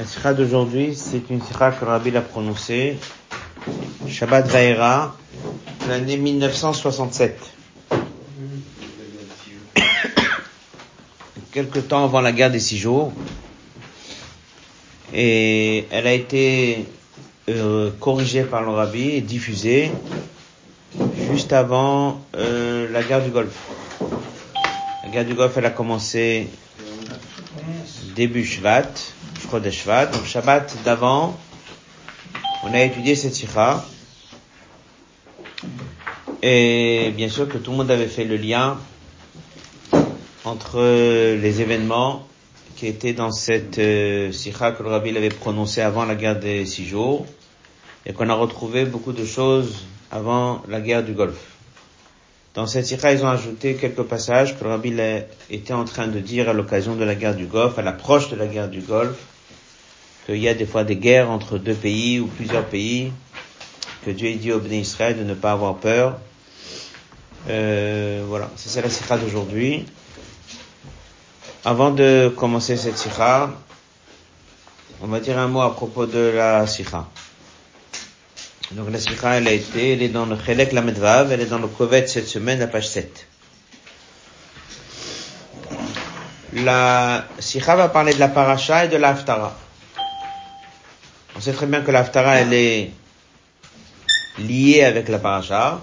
La sikha d'aujourd'hui, c'est une sikha que Rabbi l'a prononcée, Shabbat Vaera, l'année 1967. Quelque temps avant la guerre des 6 jours. Et elle a été corrigée par le Rabbi et diffusée juste avant la guerre du Golfe. La guerre du Golfe, elle a commencé début Shvat, Chodesh Shvat. Donc Shabbat d'avant, on a étudié cette sikha. Et bien sûr que tout le monde avait fait le lien entre les événements qui étaient dans cette sikha que le Rabbi avait prononcée avant la guerre des 6 jours et qu'on a retrouvé beaucoup de choses avant la guerre du Golfe. Dans cette sikha, ils ont ajouté quelques passages que le Rabbi était en train de dire à l'occasion de la guerre du Golfe, à l'approche de la guerre du Golfe, qu'il y a des fois des guerres entre deux pays ou plusieurs pays, que Dieu dit au Bnei Israël de ne pas avoir peur. Voilà, c'est la sikha d'aujourd'hui. Avant de commencer cette sikha, on va dire un mot à propos de la sikha. Donc la sikha, elle est dans le Chelek Lamed Vav, elle est dans le Kovet cette semaine, la page 7. La sikha va parler de la paracha et de la haftara. On sait très bien que la haftara, elle est liée avec la paracha.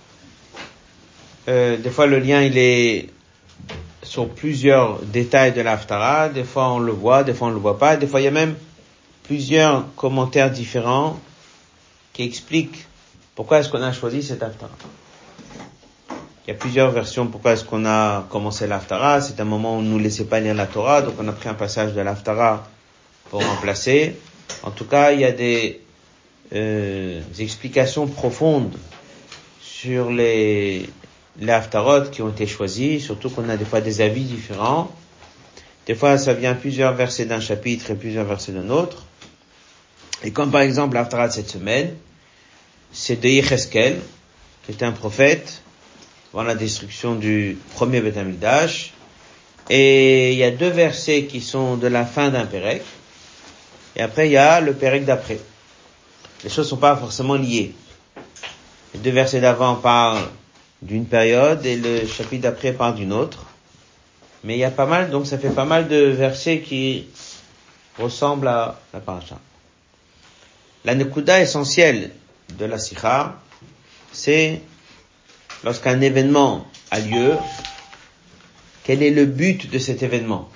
Des fois, le lien, il est sur plusieurs détails de la haftara. Des fois, on le voit, des fois, on le voit pas. Des fois, il y a même plusieurs commentaires différents qui expliquent pourquoi est-ce qu'on a choisi cette haftara. Il y a plusieurs versions pourquoi est-ce qu'on a commencé la haftara. C'est un moment où on nous laissait pas lire la Torah, donc on a pris un passage de la haftara pour remplacer. En tout cas, il y a des explications profondes sur les haftarot qui ont été choisis, surtout qu'on a des fois des avis différents. Des fois, ça vient plusieurs versets d'un chapitre et plusieurs versets d'un autre. Et comme par exemple l'haftara de cette semaine, c'est de Yecheskel, qui était un prophète, avant la destruction du premier Beth Amikdash. Et il y a 2 versets qui sont de la fin d'un Pérec. Et après, il y a le Pérec d'après. Les choses sont pas forcément liées. Les 2 versets d'avant parlent d'une période et le chapitre d'après parle d'une autre. Mais il y a pas mal, donc ça fait pas mal de versets qui ressemblent à la paracha. La nekuda essentielle de la sikha, c'est lorsqu'un événement a lieu, quel est le but de cet événement?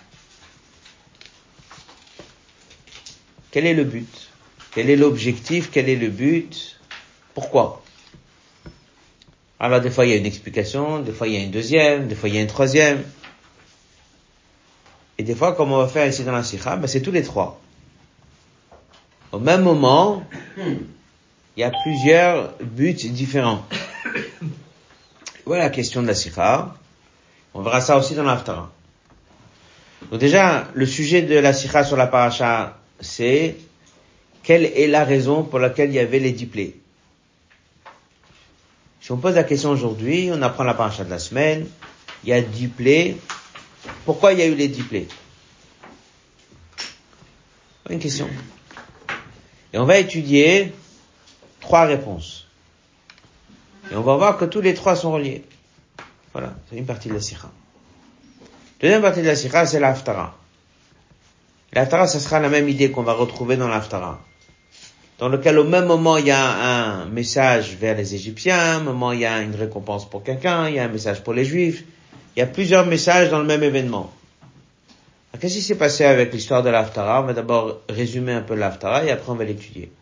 Quel est le but? Quel est l'objectif? Quel est le but? Pourquoi? Alors des fois il y a une explication, des fois il y a une deuxième, des fois il y a une troisième. Et des fois, comme on va faire ici dans la sikha, c'est tous les 3. Au même moment, il y a plusieurs buts différents. Voilà la question de la sikha. On verra ça aussi dans l'haftara. Donc déjà, le sujet de la sikha sur la paracha, c'est quelle est la raison pour laquelle il y avait les 10 plaies. Si on pose la question aujourd'hui, on apprend la paracha de la semaine, il y a 10 plaies. Pourquoi il y a eu les 10 plaies? Une question. Et on va étudier 3 réponses. Et on va voir que tous les 3 sont reliés. Voilà, c'est une partie de la sikha. Deuxième partie de la sikha, c'est la haftara. La haftara, ça sera la même idée qu'on va retrouver dans la haftara. Dans lequel, au même moment, il y a un message vers les Égyptiens, à un moment, il y a une récompense pour quelqu'un, il y a un message pour les Juifs. Il y a plusieurs messages dans le même événement. Alors, qu'est-ce qui s'est passé avec l'histoire de la haftara? On va d'abord résumer un peu la haftara et après on va l'étudier.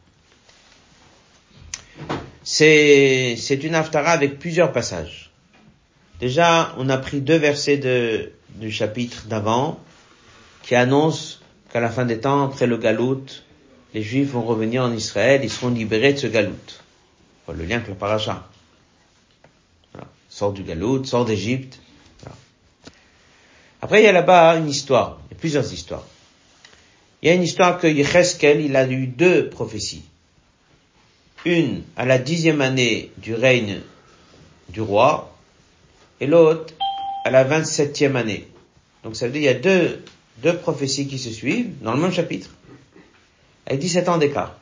C'est une haftara avec plusieurs passages. Déjà, on a pris 2 versets du chapitre d'avant qui annoncent qu'à la fin des temps, après le galout, les Juifs vont revenir en Israël, ils seront libérés de ce galout. Enfin, le lien avec le paracha. Voilà. Sort du galout, sort d'Égypte. Voilà. Après, il y a là-bas une histoire. Il y a plusieurs histoires. Il y a une histoire que Yecheskel, il a eu 2 prophéties. Une à la 10e année du règne du roi, et l'autre à la 27e année. Donc ça veut dire qu'il y a deux prophéties qui se suivent dans le même chapitre. avec 17 ans d'écart.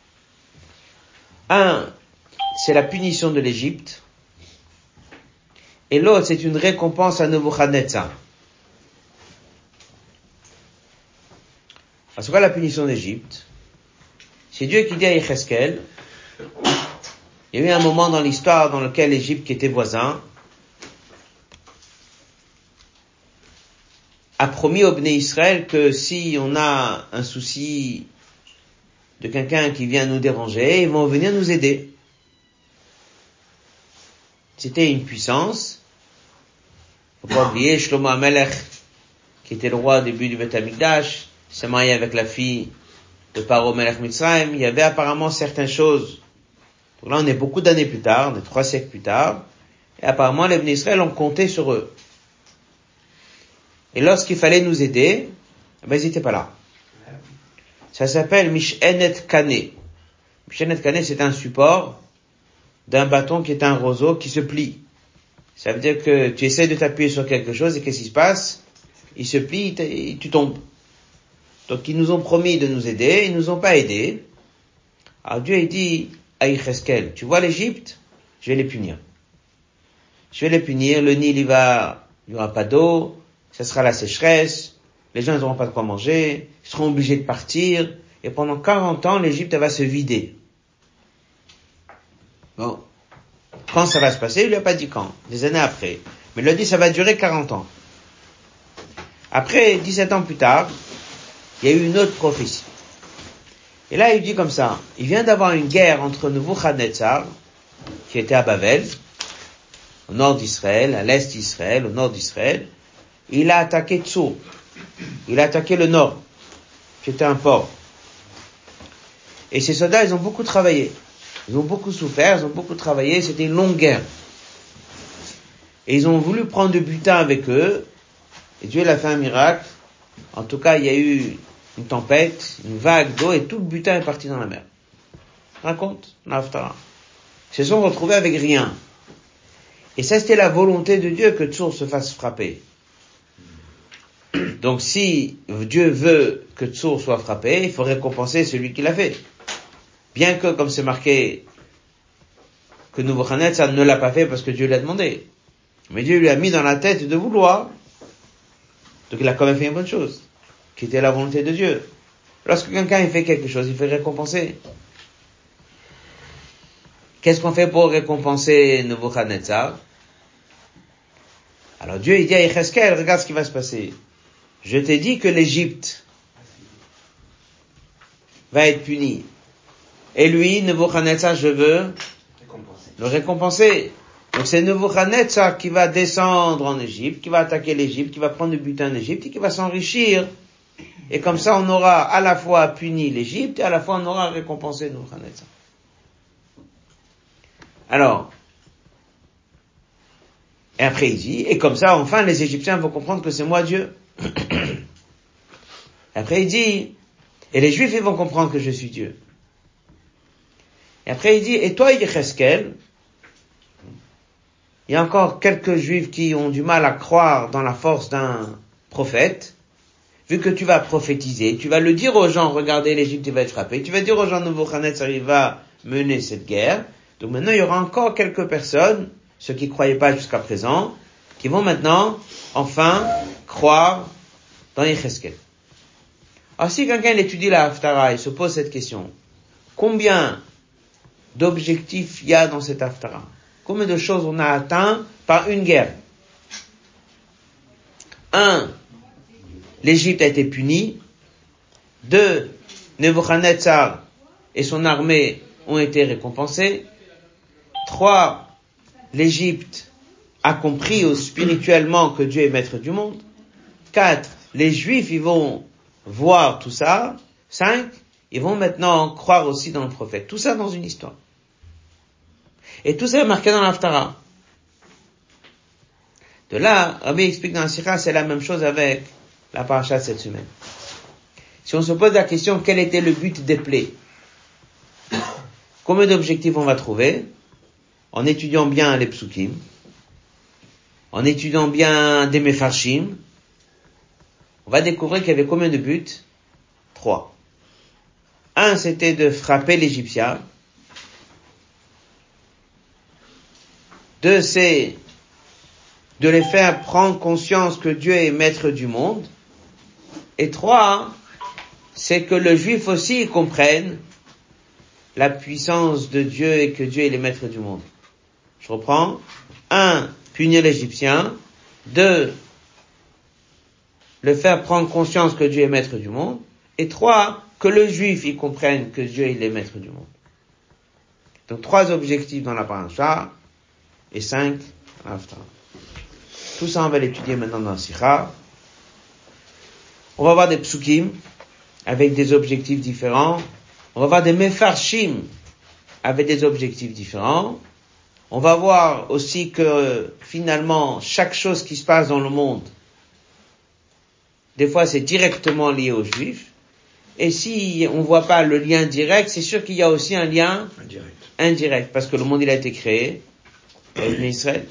Un, c'est la punition de l'Égypte, et l'autre, c'est une récompense à Nebuchadnezzar. C'est quoi la punition d'Égypte? C'est Dieu qui dit à Yecheskel, il y a eu un moment dans l'histoire dans lequel l'Égypte, qui était voisin, a promis au Bnei Israël que si on a un souci de quelqu'un qui vient nous déranger, ils vont venir nous aider. C'était une puissance. Faut pas oublier, Shlomo HaMelech, qui était le roi au début du Beth Amikdash, s'est marié avec la fille de Paro Melech Mitzrayim. Il y avait apparemment certaines choses. Donc là, on est beaucoup d'années plus tard, on est 3 siècles plus tard, et apparemment les Bnei Israël ont compté sur eux. Et lorsqu'il fallait nous aider, ils n'étaient pas là. Ça s'appelle Mishenet Kané. Mishenet Kané, c'est un support d'un bâton qui est un roseau qui se plie. Ça veut dire que tu essaies de t'appuyer sur quelque chose et qu'est-ce qui se passe? Il se plie et tu tombes. Donc ils nous ont promis de nous aider, ils nous ont pas aidés. Alors Dieu il dit à Yecheskel, tu vois l'Égypte? Je vais les punir. Je vais les punir, le Nil il y aura pas d'eau, ça sera la sécheresse, les gens ils n'auront pas de quoi manger, ils seront obligés de partir, et pendant 40 ans l'Égypte elle va se vider. Bon. Quand ça va se passer, il lui a pas dit quand, des années après. Mais il lui a dit ça va durer 40 ans. Après, 17 ans plus tard, il y a eu une autre prophétie. Et là, il dit comme ça, il vient d'avoir une guerre entre Nebuchadnezzar, qui était à Babel, au nord d'Israël, à l'est d'Israël, au nord d'Israël. Il a attaqué Tsur. Il a attaqué le nord, qui était un port. Et ces soldats, ils ont beaucoup travaillé. Ils ont beaucoup souffert, ils ont beaucoup travaillé, c'était une longue guerre. Et ils ont voulu prendre du butin avec eux, et Dieu l'a fait un miracle. En tout cas, il y a eu une tempête, une vague d'eau, et tout le butin est parti dans la mer. Raconte, l'Haftara. Ils se sont retrouvés avec rien. Et ça, c'était la volonté de Dieu que Tsur se fasse frapper. Donc, si Dieu veut que Tsur soit frappé, il faut récompenser celui qui l'a fait. Bien que, comme c'est marqué, que Nebuchadnezzar ne l'a pas fait parce que Dieu l'a demandé. Mais Dieu lui a mis dans la tête de vouloir. Donc il a quand même fait une bonne chose, qui était la volonté de Dieu. Lorsque quelqu'un fait quelque chose, il fait récompenser. Qu'est-ce qu'on fait pour récompenser Nebuchadnezzar? Alors Dieu il dit à Yecheskel, regarde ce qui va se passer. Je t'ai dit que l'Égypte va être punie. Et lui, Nebuchadnezzar, je veux le récompenser. Donc c'est Nebuchadnezzar qui va descendre en Égypte, qui va attaquer l'Égypte, qui va prendre du butin en Égypte et qui va s'enrichir. Et comme ça, on aura à la fois puni l'Égypte et à la fois on aura récompensé Nebuchadnezzar. Alors, et après il dit, et comme ça, enfin, les Égyptiens vont comprendre que c'est moi Dieu. Après il dit, et les Juifs, ils vont comprendre que je suis Dieu. Et après il dit, et toi, Yecheskel, il y a encore quelques Juifs qui ont du mal à croire dans la force d'un prophète. Vu que tu vas prophétiser, tu vas le dire aux gens, regardez, l'Égypte va être frappée. Tu vas dire aux gens, Nebuchadnezzar va mener cette guerre. Donc maintenant, il y aura encore quelques personnes, ceux qui ne croyaient pas jusqu'à présent, qui vont maintenant, enfin, croire dans Yecheskel. Alors si quelqu'un étudie la Haftara et se pose cette question, combien d'objectifs il y a dans cette Haftara? Combien de choses on a atteint par une guerre? 1. L'Égypte a été punie. 2. Nebuchadnezzar et son armée ont été récompensés. 3. L'Égypte a compris spirituellement que Dieu est maître du monde. 4. Les Juifs, ils vont voir tout ça. 5. Ils vont maintenant croire aussi dans le prophète. Tout ça dans une histoire. Et tout ça est marqué dans l'Haftara. De là, Rabbi explique dans la Sikha, c'est la même chose avec la paracha de cette semaine. Si on se pose la question, quel était le but des plaies? Combien d'objectifs on va trouver? En étudiant bien les psukim, en étudiant bien des mefarshim, on va découvrir qu'il y avait combien de buts? 3. Un, c'était de frapper l'Égyptien. Deux, c'est de les faire prendre conscience que Dieu est maître du monde. Et trois, c'est que le juif aussi comprenne la puissance de Dieu et que Dieu est le maître du monde. Je reprends. Un, punir l'Égyptien. Deux, le faire prendre conscience que Dieu est maître du monde. Et trois, que le juif y comprenne que Dieu est le maître du monde. Donc 3 objectifs dans la paracha et 5 dans l'Haftarah. Tout ça, on va l'étudier maintenant dans le Sikha. On va voir des psukim avec des objectifs différents. On va voir des mefarshim avec des objectifs différents. On va voir aussi que finalement, chaque chose qui se passe dans le monde, des fois c'est directement lié aux Juifs. Et si on voit pas le lien direct, c'est sûr qu'il y a aussi un lien indirect. Parce que le monde il a été créé avec Israël.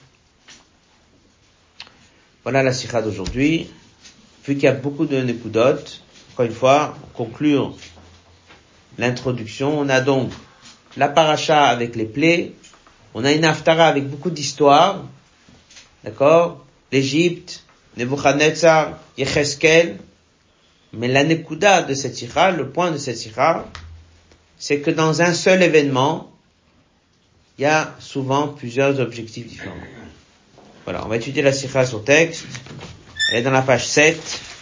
Voilà la sikha d'aujourd'hui. Vu qu'il y a beaucoup de nekudot, encore une fois, pour conclure l'introduction, on a donc la paracha avec les plaies, on a une haftarah avec beaucoup d'histoires, d'accord? L'Égypte, Nebuchadnezzar, Yecheskel, mais la nekuda de cette sikha, le point de cette sikha, c'est que dans un seul événement, il y a souvent plusieurs objectifs différents. Voilà, on va étudier la sikha sur texte. Elle est dans la page 7.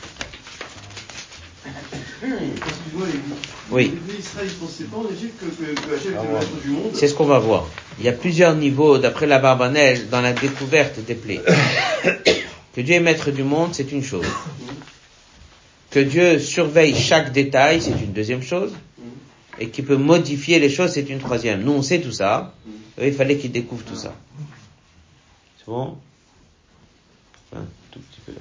Excuse-moi, oui. Les Israéliens ne pensaient pas en Égypte que Hachem était le maître du monde. C'est ce qu'on va voir. Il y a plusieurs niveaux, d'après la Barbanel, dans la découverte des plaies. Que Dieu est maître du monde, c'est une chose. Que Dieu surveille chaque détail, c'est une deuxième chose. Et qu'il peut modifier les choses, c'est une troisième. Nous, on sait tout ça. Il fallait qu'ils découvrent tout ça. C'est bon? Un tout petit peu.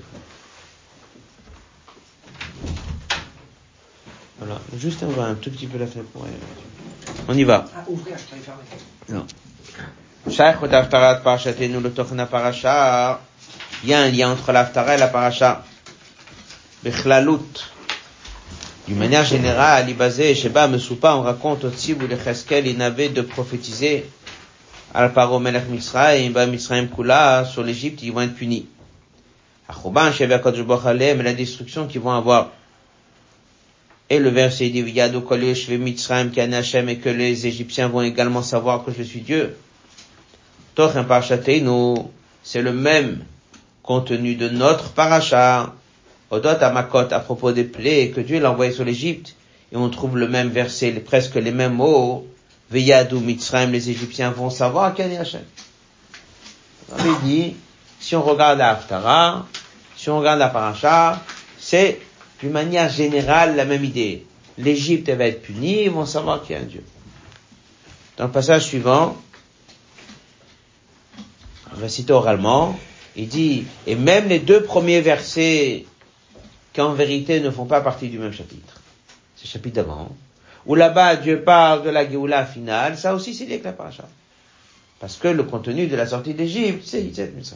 Voilà. Juste ouvrir un tout petit peu la fenêtre pour on y va. Ah, ouvrir, je t'avais fermé. Non. Shaykh Haftarat Parashatenu le Tochna Parasha. Il y a un lien entre l'Haftara et la Parasha. Bechlalut. D'une manière générale, Ibazé, Sheba, Mesoupa, on raconte au Tzibou de Cheskel, il n'avait de prophétiser Al-Paro Melech Mitzrayim, Ba Mitzrayim Kula, sur l'Égypte, ils vont être punis. Achoban, Sheba Kodjboch Alem, la destruction qu'ils vont avoir. Et le verset dit, Yado Kole Shve Mitzrayim Kane Hashem, et que les Égyptiens vont également savoir que je suis Dieu. Toch un Parashateinu, c'est le même contenu de notre Parasha. Odot Amakot, à propos des plaies que Dieu l'a envoyé sur l'Égypte, et on trouve le même verset, presque les mêmes mots. Veyadou Mitzrayim, les Égyptiens vont savoir qu'il y a Hachem. On avait dit, si on regarde la Haftara, si on regarde la Paracha, c'est d'une manière générale la même idée. L'Égypte va être punie, ils vont savoir qu'il y a un Dieu. Dans le passage suivant, on va citer oralement, il dit, et même les 2 premiers versets qui en vérité ne font pas partie du même chapitre. C'est le chapitre d'avant. Où là-bas, Dieu parle de la Géoula finale, ça aussi c'est lié avec la paracha. Parce que le contenu de la sortie d'Égypte, c'est Yitzhak Mitzrayim.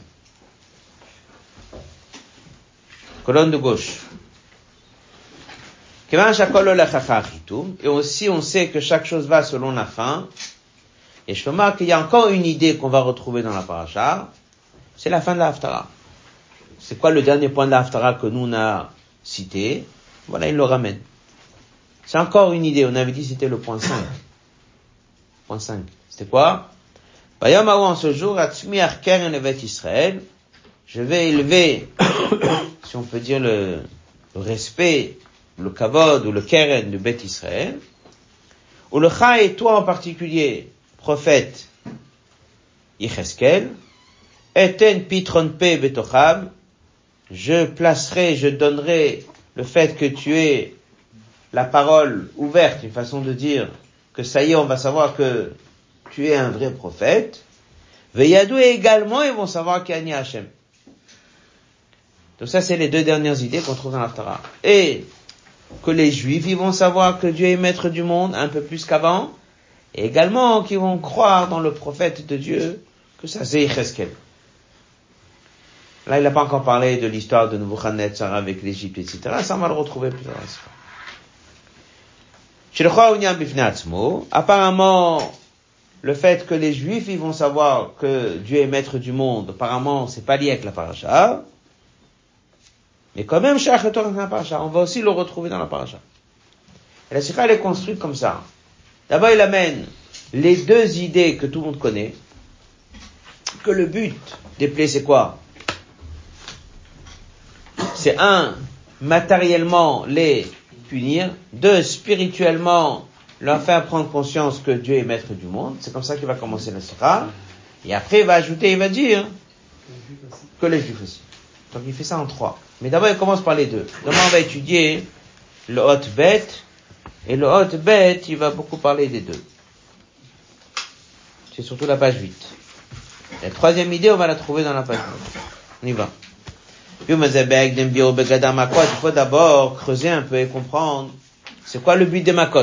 Colonne de gauche. Et aussi on sait que chaque chose va selon la fin. Et je remarque qu'il y a encore une idée qu'on va retrouver dans la paracha, c'est la fin de la Haftara. C'est quoi le dernier point de la Haftara que nous on a cité? Voilà, il le ramène. C'est encore une idée, on avait dit c'était le point 5. Point 5. C'était quoi? Bayom en ce jour, Atzmi Arker Nevet Israël, je vais élever, si on peut dire le respect, le kavod ou le keren de Bet Israël, ou le Cha et toi en particulier, prophète Yecheskel, Eten Pitron Pe Betocham, je donnerai le fait que tu es la parole ouverte, une façon de dire que ça y est, on va savoir que tu es un vrai prophète. Veyadou et également, ils vont savoir qu'il y a Hachem. Donc ça, c'est les 2 dernières idées qu'on trouve dans l'Haftara. Et que les Juifs, ils vont savoir que Dieu est maître du monde un peu plus qu'avant. Et également qu'ils vont croire dans le prophète de Dieu, que ça c'est Yecheskel. Là, il n'a pas encore parlé de l'histoire de Nebuchadnezzar avec l'Égypte, etc. Ça, on va le retrouver plus tard. Apparemment, le fait que les Juifs, ils vont savoir que Dieu est maître du monde, apparemment, c'est pas lié avec la paracha. Mais quand même, on va aussi le retrouver dans la paracha. Et la sikha, elle est construite comme ça. D'abord, il amène les deux idées que tout le monde connaît. Que le but des plaies, c'est quoi? C'est un, matériellement les punir. Deux, spirituellement leur faire prendre conscience que Dieu est maître du monde. C'est comme ça qu'il va commencer la sikha. Et après, il va ajouter, il va dire que les Juifs aussi. Donc il fait ça en trois. Mais d'abord, il commence par les deux. D'abord, on va étudier le hot bête. Et le hot bête, il va beaucoup parler des deux. C'est surtout la page 8. La troisième idée, on va la trouver dans la page 8. On y va. Il faut d'abord creuser un peu et comprendre c'est quoi le but des makot.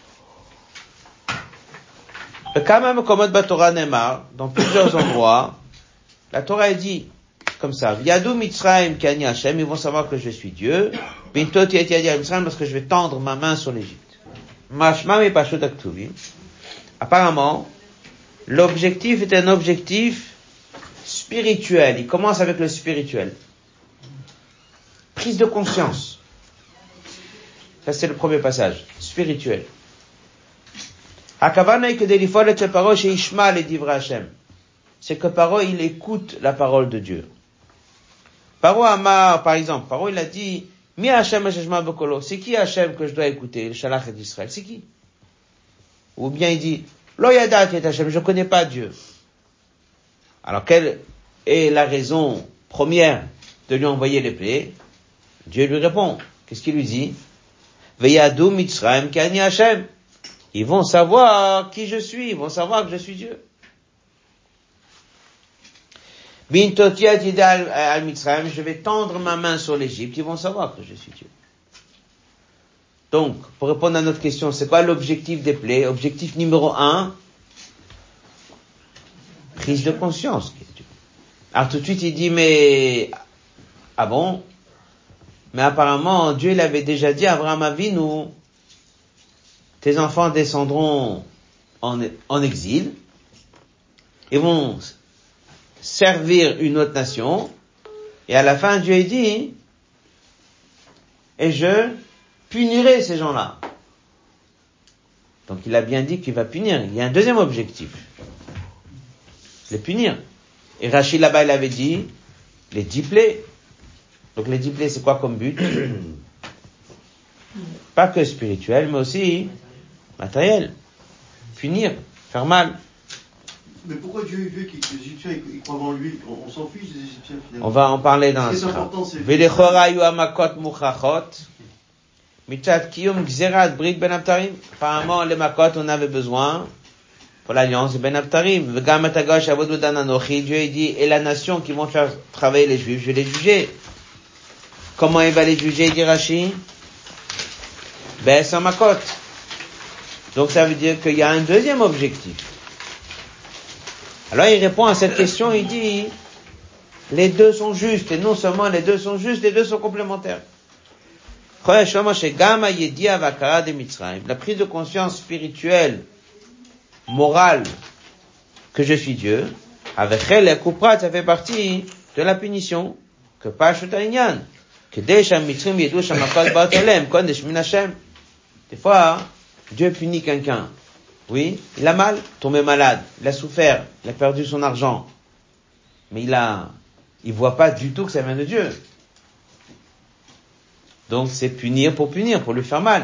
Dans plusieurs endroits, la Torah dit comme ça, Yadou Mitzrayim Kani Hashem, ils vont savoir que je suis Dieu, Bintot Yeti Yadi Mitzrayim, parce que je vais tendre ma main sur l'Égypte. Mashma me Pashut Aktuvim. Apparemment, l'objectif est un objectif spirituel. Il commence avec le spirituel. Prise de conscience. Ça, c'est le premier passage. Spirituel. Hakavana que delifol et Paro chez Ishmael et Divra Hashem. C'est que Paro, il écoute la parole de Dieu. Paro Amar, par exemple, Paro, il a dit, Mi Hashem Hashema Bokolo. C'est qui Hashem que je dois écouter? Le Shalach et d'Israël. C'est qui? Ou bien il dit, Lo Yadat et Hashem, je connais pas Dieu. Alors, quelle est la raison première de lui envoyer les plaies? Dieu lui répond. Qu'est-ce qu'il lui dit? Veyadou Mitzrayim Kani Hashem. Ils vont savoir qui je suis, ils vont savoir que je suis Dieu. Bintotia Tidal al Mitzrayim, je vais tendre ma main sur l'Égypte, ils vont savoir que je suis Dieu. Donc, pour répondre à notre question, c'est quoi l'objectif des plaies? Objectif numéro 1, prise de conscience. Alors tout de suite, il dit, mais, ah bon? Mais apparemment, Dieu, il avait déjà dit à Abraham Avinu, tes enfants descendront en exil, ils vont servir une autre nation, et à la fin, Dieu dit, et je punirai ces gens-là. Donc il a bien dit qu'il va punir. Il y a un deuxième objectif. Les punir. Et Rachid là-bas, il avait dit, les 10 plaies. Donc les 10 plaies, c'est quoi comme but? Pas que spirituel, mais aussi matériel. Punir, faire mal. Mais pourquoi Dieu veut que les Égyptiens ils croient en lui? On s'en fiche des Égyptiens finalement. On va en parler dans un Ce qui est important, c'est... Apparemment, les makot, on avait besoin pour l'alliance de Ben Abtarim. Dieu dit, et la nation qui vont faire travailler les Juifs, je vais les juger. Comment il va les juger, dit Rashi? Ben, sans makot. Donc ça veut dire qu'il y a un deuxième objectif. Alors il répond à cette question, il dit, les deux sont justes, et non seulement les deux sont justes, les deux sont complémentaires. La prise de conscience spirituelle, morale, que je suis Dieu, avec elle, la couprat, ça fait partie de la punition, que pas Shutainyan, que des fois, Dieu punit quelqu'un. Oui, il a mal, tombé malade, il a souffert, il a perdu son argent. Mais il voit pas du tout que ça vient de Dieu. Donc c'est punir, pour lui faire mal.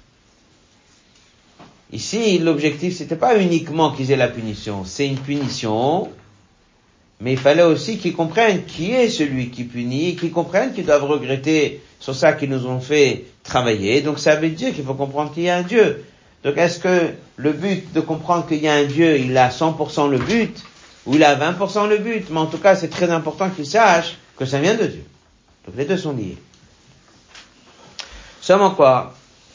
Ici, l'objectif, c'était pas uniquement qu'ils aient la punition. C'est une punition, mais il fallait aussi qu'ils comprennent qui est celui qui punit, qu'ils comprennent qu'ils doivent regretter sur ça qu'ils nous ont fait travailler. Donc ça veut dire qu'il faut comprendre qu'il y a un Dieu. Donc est-ce que le but de comprendre qu'il y a un Dieu, il a 100% le but, ou il a 20% le but? Mais en tout cas, c'est très important qu'il sache que ça vient de Dieu. Donc les deux sont liés. Seulement quoi?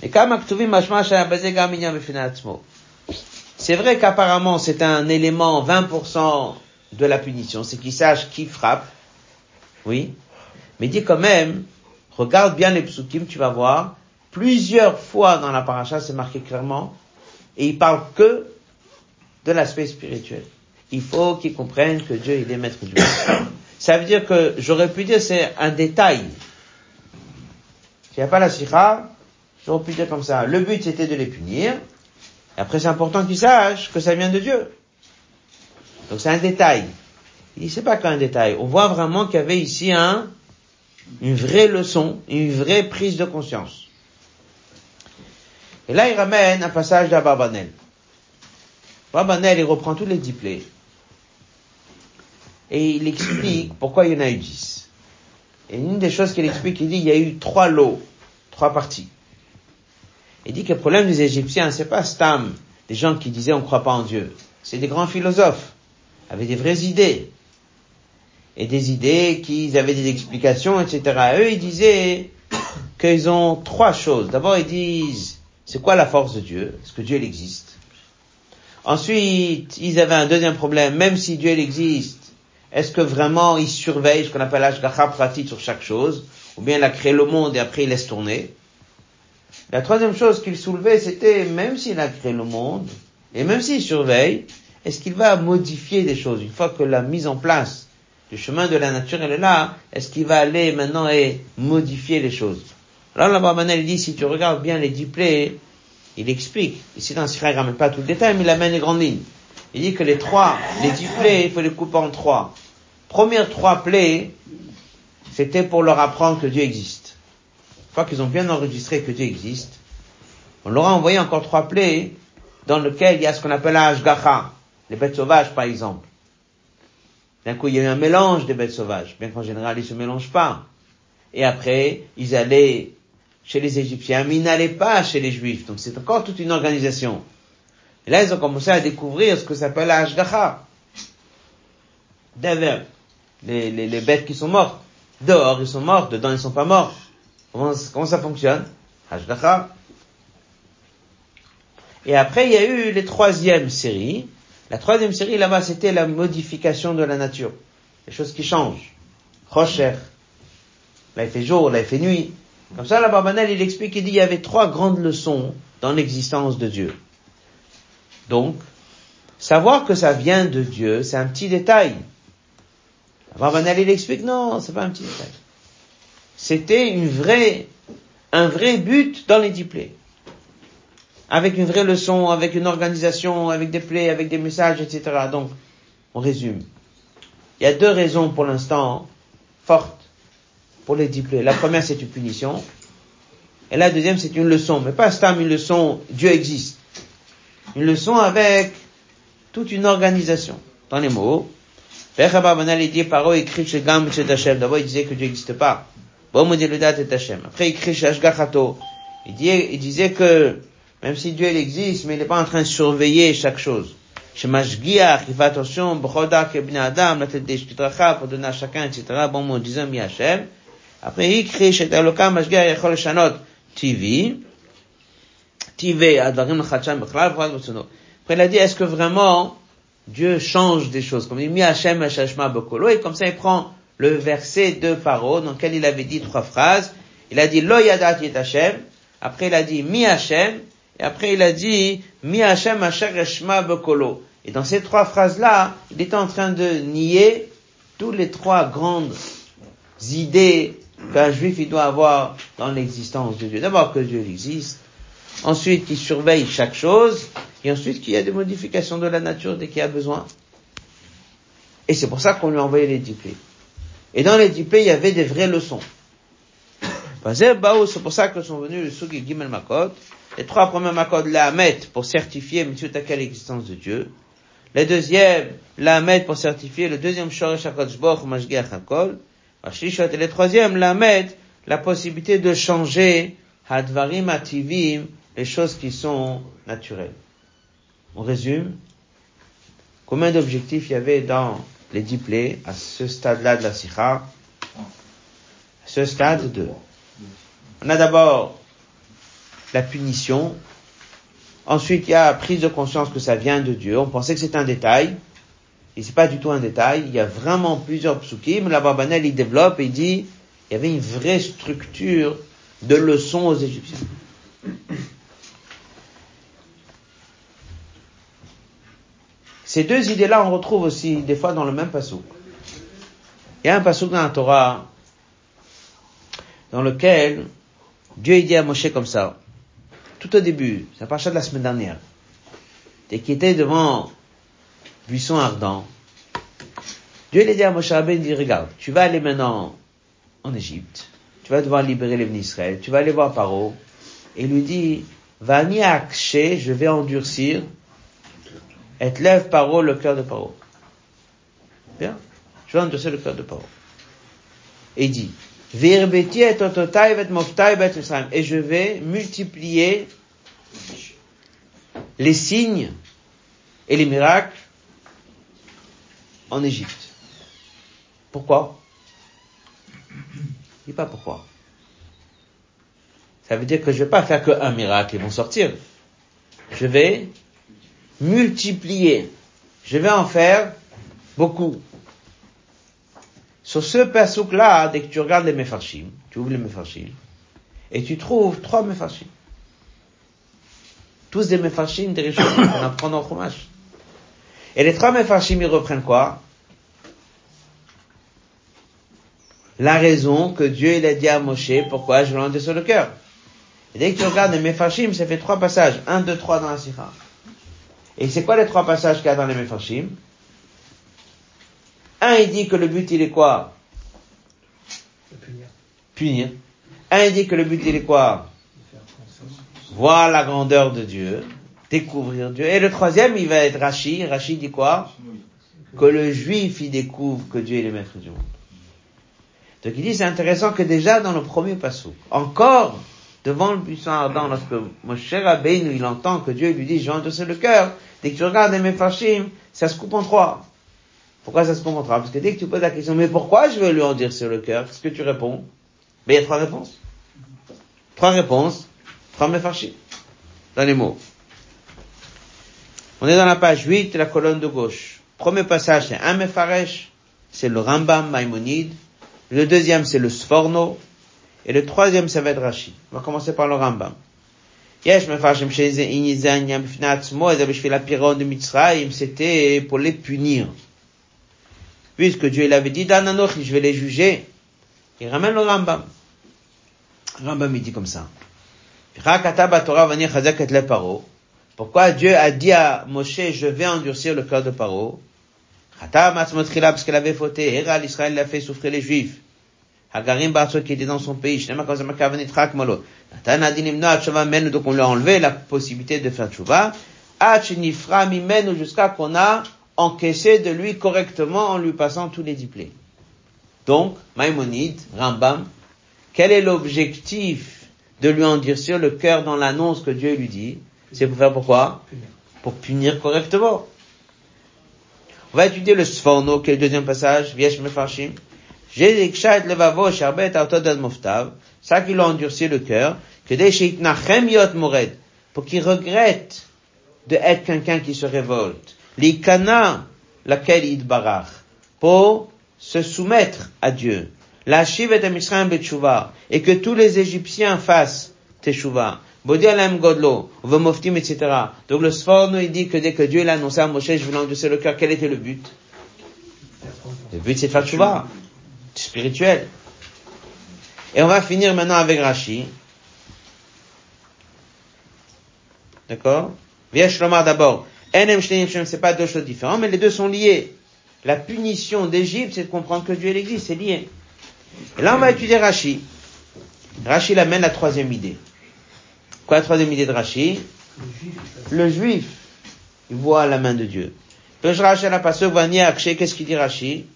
C'est vrai qu'apparemment c'est un élément 20% de la punition, c'est qu'il sache qui frappe. Oui. Mais dit quand même, regarde bien les psukim, tu vas voir, Plusieurs fois dans la paracha, c'est marqué clairement, et il parle que de l'aspect spirituel. Il faut qu'ils comprennent que Dieu, il est maître du monde. Ça veut dire que, j'aurais pu dire, c'est un détail. S'il n'y a pas la sikha, j'aurais pu dire comme ça. Le but, c'était de les punir. Et après, c'est important qu'ils sachent que ça vient de Dieu. Donc, c'est un détail. Il dit, c'est pas qu'un détail. On voit vraiment qu'il y avait ici une vraie leçon, une vraie prise de conscience. Et là, il ramène un passage d'Abarbanel. Abarbanel, il reprend tous les 10 plaies. Et il explique pourquoi il y en a eu 10. Et une des choses qu'il explique, il dit, il y a eu 3 lots, 3 parties. Il dit que le problème des Égyptiens, c'est pas Stam, des gens qui disaient on ne croit pas en Dieu. C'est des grands philosophes, avec des vraies idées. Et des idées qu'ils avaient des explications, etc. Eux, ils disaient qu'ils ont 3 choses. D'abord, ils disent, c'est quoi la force de Dieu? Est-ce que Dieu, il existe? Ensuite, ils avaient un deuxième problème, même si Dieu, il existe, est-ce que vraiment il surveille ce qu'on appelle l'ashgacha pratique sur chaque chose? Ou bien il a créé le monde et après il laisse tourner? La troisième chose qu'il soulevait, c'était, même s'il a créé le monde, et même s'il surveille, est-ce qu'il va modifier des choses? Une fois que la mise en place du chemin de la nature, elle est là, est-ce qu'il va aller maintenant et modifier les choses? Alors l'Abarbanel, il dit, si tu regardes bien les 10 plaies, il explique. Ici dans le Sikha, il ramène pas tout le détail, mais il amène les grandes lignes. Il dit que les 10 plaies, il faut les couper en 3. Premières 3 plaies, c'était pour leur apprendre que Dieu existe. Une fois qu'ils ont bien enregistré que Dieu existe, on leur a envoyé encore 3 plaies dans lesquelles il y a ce qu'on appelle la Ashgacha, les bêtes sauvages par exemple. D'un coup, il y a eu un mélange des bêtes sauvages, bien qu'en général, ils se mélangent pas. Et après, ils allaient chez les Égyptiens, mais ils n'allaient pas chez les Juifs. Donc c'est encore toute une organisation. Et là, ils ont commencé à découvrir ce que s'appelle la Ashgacha. D'ailleurs, les bêtes qui sont mortes. Dehors, ils sont morts, dedans, ils sont pas morts. Comment ça fonctionne? Ashgacha. Et après, il y a eu les 3e séries. La 3e série, là-bas, c'était la modification de la nature. Les choses qui changent. Rocher. Là, il fait jour, là, il fait nuit. Comme ça, l'Abarbanel, il explique, il dit, il y avait 3 grandes leçons dans l'existence de Dieu. Donc, savoir que ça vient de Dieu, c'est un petit détail. L'Abarbanel, il explique, non, c'est pas un petit détail. C'était un vrai but dans les 10 plaies. Avec une vraie leçon, avec une organisation, avec des plaies, avec des messages, etc. Donc, on résume. Il y a 2 raisons pour l'instant fortes pour les 10 plaies. La première, c'est une punition. Et la deuxième, c'est une leçon. Mais pas stam, une leçon, Dieu existe. Une leçon avec toute une organisation. Dans les mots, d'abord, il disait que Dieu n'existe pas. Après, il écrit chez Ashgachato. Il disait que même si Dieu il existe, mais il n'est pas en train de surveiller chaque chose. Chez Mashgiach, il fait attention, B'chodak et Bnei Adam, la tête des Shtitracha, pour donner à chacun, etc. Bon, mon disant, mi Hashem. Après, il écrit chez Taloka, Mashgiach, Yachol Shanot, TV, Advarim L'Chadsham, B'chlal, B'chal B'tsono. Après, il a dit, est-ce que vraiment Dieu change des choses? Comme il dit, mi Hashem, Hashashma, B'kolo, et comme ça, il prend le verset de Paro, dans lequel il avait dit 3 phrases. Il a dit, Lo Yadat Yet Hashem. Après, il a dit, mi Hashem. Et après, il a dit, Mi Hashem Asher Eshma Bekolo. Et dans ces 3 phrases-là, il était en train de nier toutes les 3 grandes idées qu'un juif, il doit avoir dans l'existence de Dieu. D'abord, que Dieu existe. Ensuite, qu'il surveille chaque chose. Et ensuite, qu'il y a des modifications de la nature dès qu'il y a besoin. Et c'est pour ça qu'on lui a envoyé les 10 plaies. Et dans les 10 plaies, il y avait des vraies leçons. C'est pour ça que sont venus le Sugi Gimel Makot. Les 3 premiers makot, la mettre pour certifier l'existence de Dieu. Le deuxième, la mettre pour certifier le deuxième Shoresh HaKadosh Baruch Hu Mashgiach HaKol. Et le troisième, la mettre la possibilité de changer Hadvarim Ativim, les choses qui sont naturelles. On résume. Combien d'objectifs il y avait dans les 10 plaies à ce stade-là de la Sikha? À ce stade 2. On a d'abord la punition. Ensuite, il y a prise de conscience que ça vient de Dieu. On pensait que c'était un détail. Et c'est pas du tout un détail. Il y a vraiment plusieurs psukim. L'Abarbanel, il développe et il dit, il y avait une vraie structure de leçons aux Égyptiens. Ces deux idées-là, on retrouve aussi des fois dans le même passouk. Il y a un passouk dans la Torah dans lequel Dieu dit à Moshe comme ça, tout au début, c'est la paracha de la semaine dernière, dès qu'il était devant buisson ardent, Dieu il a dit à Moshe Rabbeinu, il dit, regarde, tu vas aller maintenant en Égypte, tu vas devoir libérer les Israël, tu vas aller voir Paro, et il lui dit, Vani akshe, je vais endurcir, et lève Paro, le cœur de Paro. Bien? Je vais endurcir le cœur de Paro. Et il dit, Virbeti et ototai vet moftai bet Misraim, et je vais multiplier les signes et les miracles en Égypte. Pourquoi? Je dis pas pourquoi. Ça veut dire que je vais pas faire qu'un miracle, ils vont sortir. Je vais multiplier. Je vais en faire beaucoup. Sur ce passouk-là, dès que tu regardes les Mefarshim, tu ouvres les Mefarshim, et tu trouves 3 Mefarshim. Tous des Mefarshim, des Rishonim, qu'on apprend dans le Chumash. Et les 3 Mefarshim, ils reprennent quoi? La raison que Dieu, il a dit à Moshe, pourquoi je l'ai sur le cœur. Et dès que tu regardes les Mefarshim, ça fait 3 passages. 1, 2, 3 dans la Sikha. Et c'est quoi les 3 passages qu'il y a dans les Mefarshim? Un, il dit que le but, il est quoi? Punir. Un, il dit que le but, il est quoi? Voir la grandeur de Dieu. Découvrir Dieu. Et le 3e, il va être Rashi. Rashi dit quoi? Que le juif, il découvre que Dieu est le maître du monde. Donc il dit, c'est intéressant que déjà dans le premier passouk, encore devant le buisson ardent, lorsque Moshe Rabbeinu, il entend que Dieu lui dit, j'ai endossé le cœur, dès que tu regardes les Mefarshim, ça se coupe en 3. Pourquoi ça se coupe en 3? Parce que dès que tu poses la question, mais pourquoi je veux lui en dire sur le cœur? Qu'est-ce que tu réponds? Mais il y a 3 réponses. 3 réponses, 3 Mefarshim. Dans les mots. On est dans la page 8, la colonne de gauche. Premier passage, c'est un Mefaresh, c'est le Rambam Maïmonide. Le deuxième, c'est le Sforno. Et le troisième, ça va être Rashi. On va commencer par le Rambam. Yesh mefarshim sheze inizan yam b'fnatzmo, et b'shvil hapiron de Mitzrayim, c'était pour les punir. Puisque Dieu, il avait dit, Dan Anochi, je vais les juger. Il ramène le Rambam. Le Rambam, il dit comme ça. Pourquoi Dieu a dit à Moshe, je vais endurcir le cœur de Paro? Parce qu'elle avait fauté. Héral, Israël l'a fait souffrir les Juifs. Hagarim Barsot qui était dans son pays. Donc on lui a enlevé la possibilité de faire tchouva. Jusqu'à qu'on a encaissé de lui correctement en lui passant tous les 10 plaies. Donc, Maïmonide, Rambam, quel est l'objectif de lui endurcir le cœur dans l'annonce que Dieu lui dit? C'est pour faire pourquoi? Pour punir correctement. On va étudier le Sforno, qui est le deuxième passage, Viesh Mefarshim. Ça qui l'a endurci le cœur, pour qu'il regrette de être quelqu'un qui se révolte. L'ikana, laquelle il barach, pour se soumettre à Dieu. La shiv et Misraim betchouva, et que tous les Égyptiens fassent teshuva. Bodi alam godlo, vomoftim, etc. Donc le Sforno, il dit que dès que Dieu l'a annoncé à Moshe, je voulais endurcer le cœur, quel était le but? Le but, c'est de faire teshuva. Spirituel. Et on va finir maintenant avec Rashi. D'accord? Viesh Lomar d'abord. Enem shleim shem, c'est pas 2 choses différentes, mais les 2 sont liés. La punition d'Égypte, c'est de comprendre que Dieu existe, c'est lié. Et là, on va étudier Rashi. Rashi l'amène la 3e idée. Quoi la 3e idée de Rashi? Le juif, il voit la main de Dieu. Qu'est-ce qu'il dit Rashi?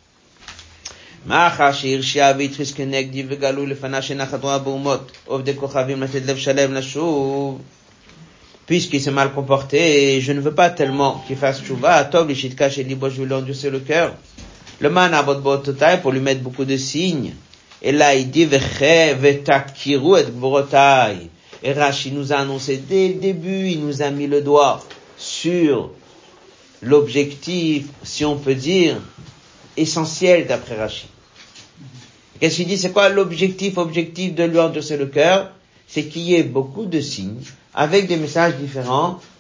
Puisqu'il s'est mal comporté, je ne veux pas tellement qu'il fasse tchouva, tov l'ishitkash et libo, je vais lui endurcer le cœur. Le man a votre bototai pour lui mettre beaucoup de signes. Et là, il dit, veche vetakiru et gborotai. Et Rashi nous a annoncé dès le début, il nous a mis le doigt sur l'objectif, si on peut dire, essentiel d'après Rashi. Qu'est-ce qu'il dit? C'est quoi l'objectif de lui endurcer le cœur? C'est qu'il y ait beaucoup de signes, avec des messages différents,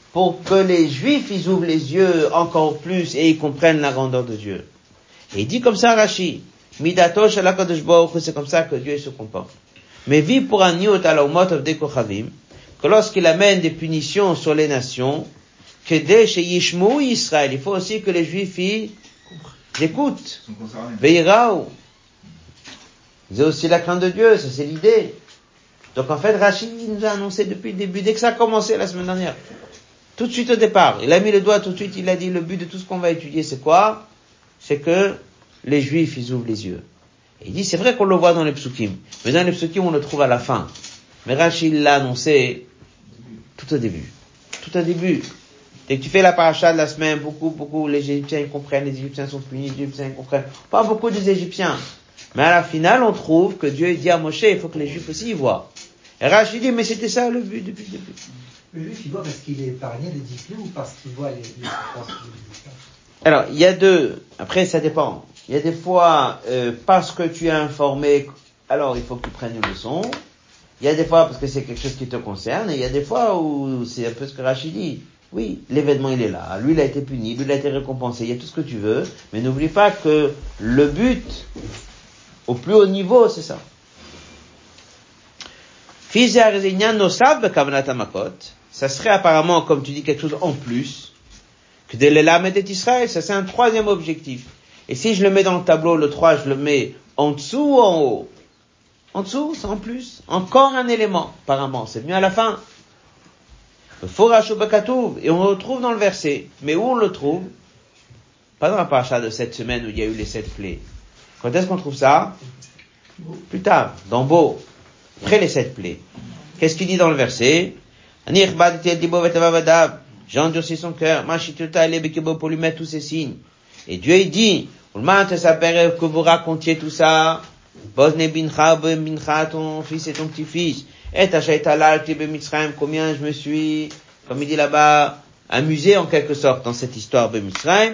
pour que les Juifs, ils ouvrent les yeux encore plus et ils comprennent la grandeur de Dieu. Et il dit comme ça, Rashi, Midatosh ala Kadosh Baruch Hu, c'est comme ça que Dieu se comporte. Mais vit pour un niot ala umot avdei kochavim, que lorsqu'il amène des punitions sur les nations, que dès chez Yishmou Israël, il faut aussi que les Juifs y écoutent. Veirao. C'est aussi la crainte de Dieu, ça c'est l'idée. Donc en fait, Rachid nous a annoncé depuis le début, dès que ça a commencé la semaine dernière, tout de suite au départ, il a mis le doigt tout de suite, il a dit le but de tout ce qu'on va étudier c'est quoi? C'est que les Juifs ils ouvrent les yeux. Et il dit c'est vrai qu'on le voit dans les psukim, mais dans les psukim on le trouve à la fin. Mais Rachid l'a annoncé tout au début. Tout au début. Dès que tu fais la paracha de la semaine, beaucoup, les Égyptiens ils comprennent, les Égyptiens sont punis, les Égyptiens ils comprennent. Pas beaucoup des Égyptiens. Mais à la finale, on trouve que Dieu dit à Moshe, il faut que les Juifs aussi y voient. Et Rachid dit, mais c'était ça le but depuis le début. Le Juif, il voit parce qu'il est épargné des disciples ou parce qu'il voit les souffrances des Alors, il y a deux. Après, ça dépend. Il y a des fois, parce que tu es informé, alors il faut que tu prennes une leçon. Il y a des fois parce que c'est quelque chose qui te concerne. Et il y a des fois où c'est un peu ce que Rachid dit. Oui, l'événement il est là. Lui il a été puni, lui il a été récompensé. Il y a tout ce que tu veux. Mais n'oublie pas que le but, au plus haut niveau, c'est ça. Ça serait apparemment, comme tu dis, quelque chose en plus, que de l'Elamed et Israël, ça c'est un troisième objectif. Et si je le mets dans le tableau, le 3, je le mets en dessous ou en haut? En dessous, c'est en plus. Encore un élément, apparemment. C'est venu à la fin. Le Forash Bakatouv, et on le retrouve dans le verset. Mais où on le trouve? Pas dans la paracha de cette semaine où il y a eu les 7 plaies. Quand est-ce qu'on trouve ça? Plus tard, dans Bo, après les 7 plaies. Qu'est-ce qu'il dit dans le verset? J'ai endurci son cœur, pour lui mettre tous ces signes. Et Dieu il dit, que vous racontiez tout ça, ton fils et ton petit-fils, combien je me suis, comme il dit là-bas, amusé en quelque sorte dans cette histoire de Mitzrayim.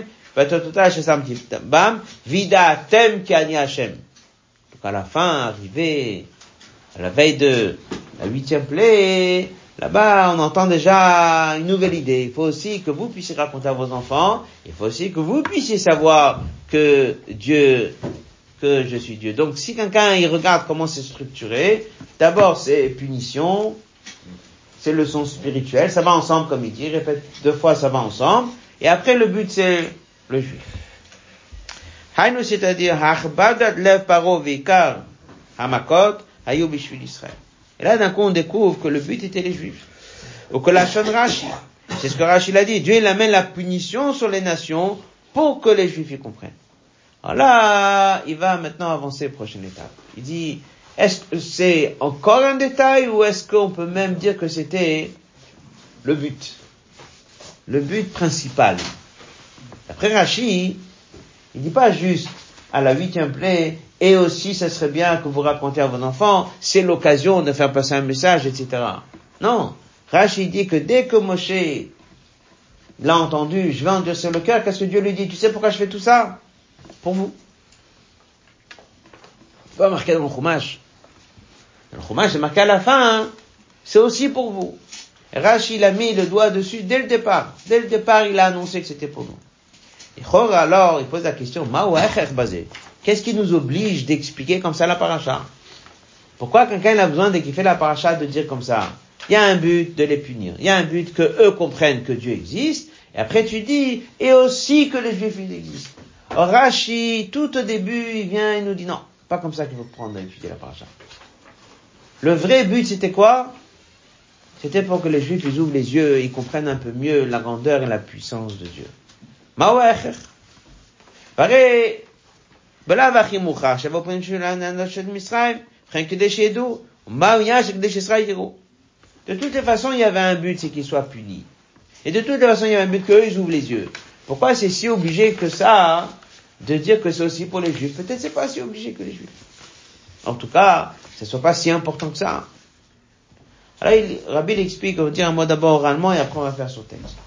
Vida tem ki ani Hashem. Donc à la fin, arrivé à la veille de la 8e plaie, là-bas on entend déjà une nouvelle idée. Il faut aussi que vous puissiez raconter à vos enfants, il faut aussi que vous puissiez savoir que je suis Dieu. Donc si quelqu'un il regarde comment c'est structuré, d'abord c'est punition, c'est leçon spirituelle, ça va ensemble comme il dit, répète 2 fois ça va ensemble, et après le but c'est le juif. Hainu, c'est-à-dire, hachbadat lev paro vikar hamakot hayu bishvil Israël. Et là, d'un coup, on découvre que le but était les juifs. Ou que la Shon Rashi, c'est ce que Rashi l'a dit, Dieu il amène la punition sur les nations pour que les juifs y comprennent. Alors là, il va maintenant avancer prochaine étape. Il dit, est-ce que c'est encore un détail ou est-ce qu'on peut même dire que c'était le but principal? Après Rashi, il dit pas juste à la 8e plaie, et aussi ça serait bien que vous racontiez à vos enfants, c'est l'occasion de faire passer un message, etc. Non. Rashi dit que dès que Moshe l'a entendu, je vais endurcir le cœur, qu'est-ce que Dieu lui dit? Tu sais pourquoi je fais tout ça? Pour vous. C'est pas marqué dans le Chumash. Le Chumash c'est marqué à la fin, hein. C'est aussi pour vous. Et Rashi il a mis le doigt dessus dès le départ. Dès le départ, il a annoncé que c'était pour nous. Et alors, il pose la question, qu'est-ce qui nous oblige d'expliquer comme ça la paracha? Pourquoi quelqu'un a besoin, dès qu'il fait la paracha, de dire comme ça? Il y a un but de les punir. Il y a un but que eux comprennent que Dieu existe. Et après tu dis, et aussi que les Juifs ils existent. Or, Rashi, tout au début, il vient et nous dit non, pas comme ça qu'il faut prendre à étudier la paracha. Le vrai but, c'était quoi? C'était pour que les Juifs ils ouvrent les yeux et ils comprennent un peu mieux la grandeur et la puissance de Dieu. Pareil, de toutes les façons, il y avait un but, c'est qu'ils soient punis. Et de toutes les façons, il y avait un but qu'eux, ils ouvrent les yeux. Pourquoi c'est si obligé que ça, de dire que c'est aussi pour les Juifs? Peut-être c'est pas si obligé que les Juifs. En tout cas, ce soit pas si important que ça. Alors, Rabbi l'explique, on va dire un mot d'abord oralement et après on va faire son texte.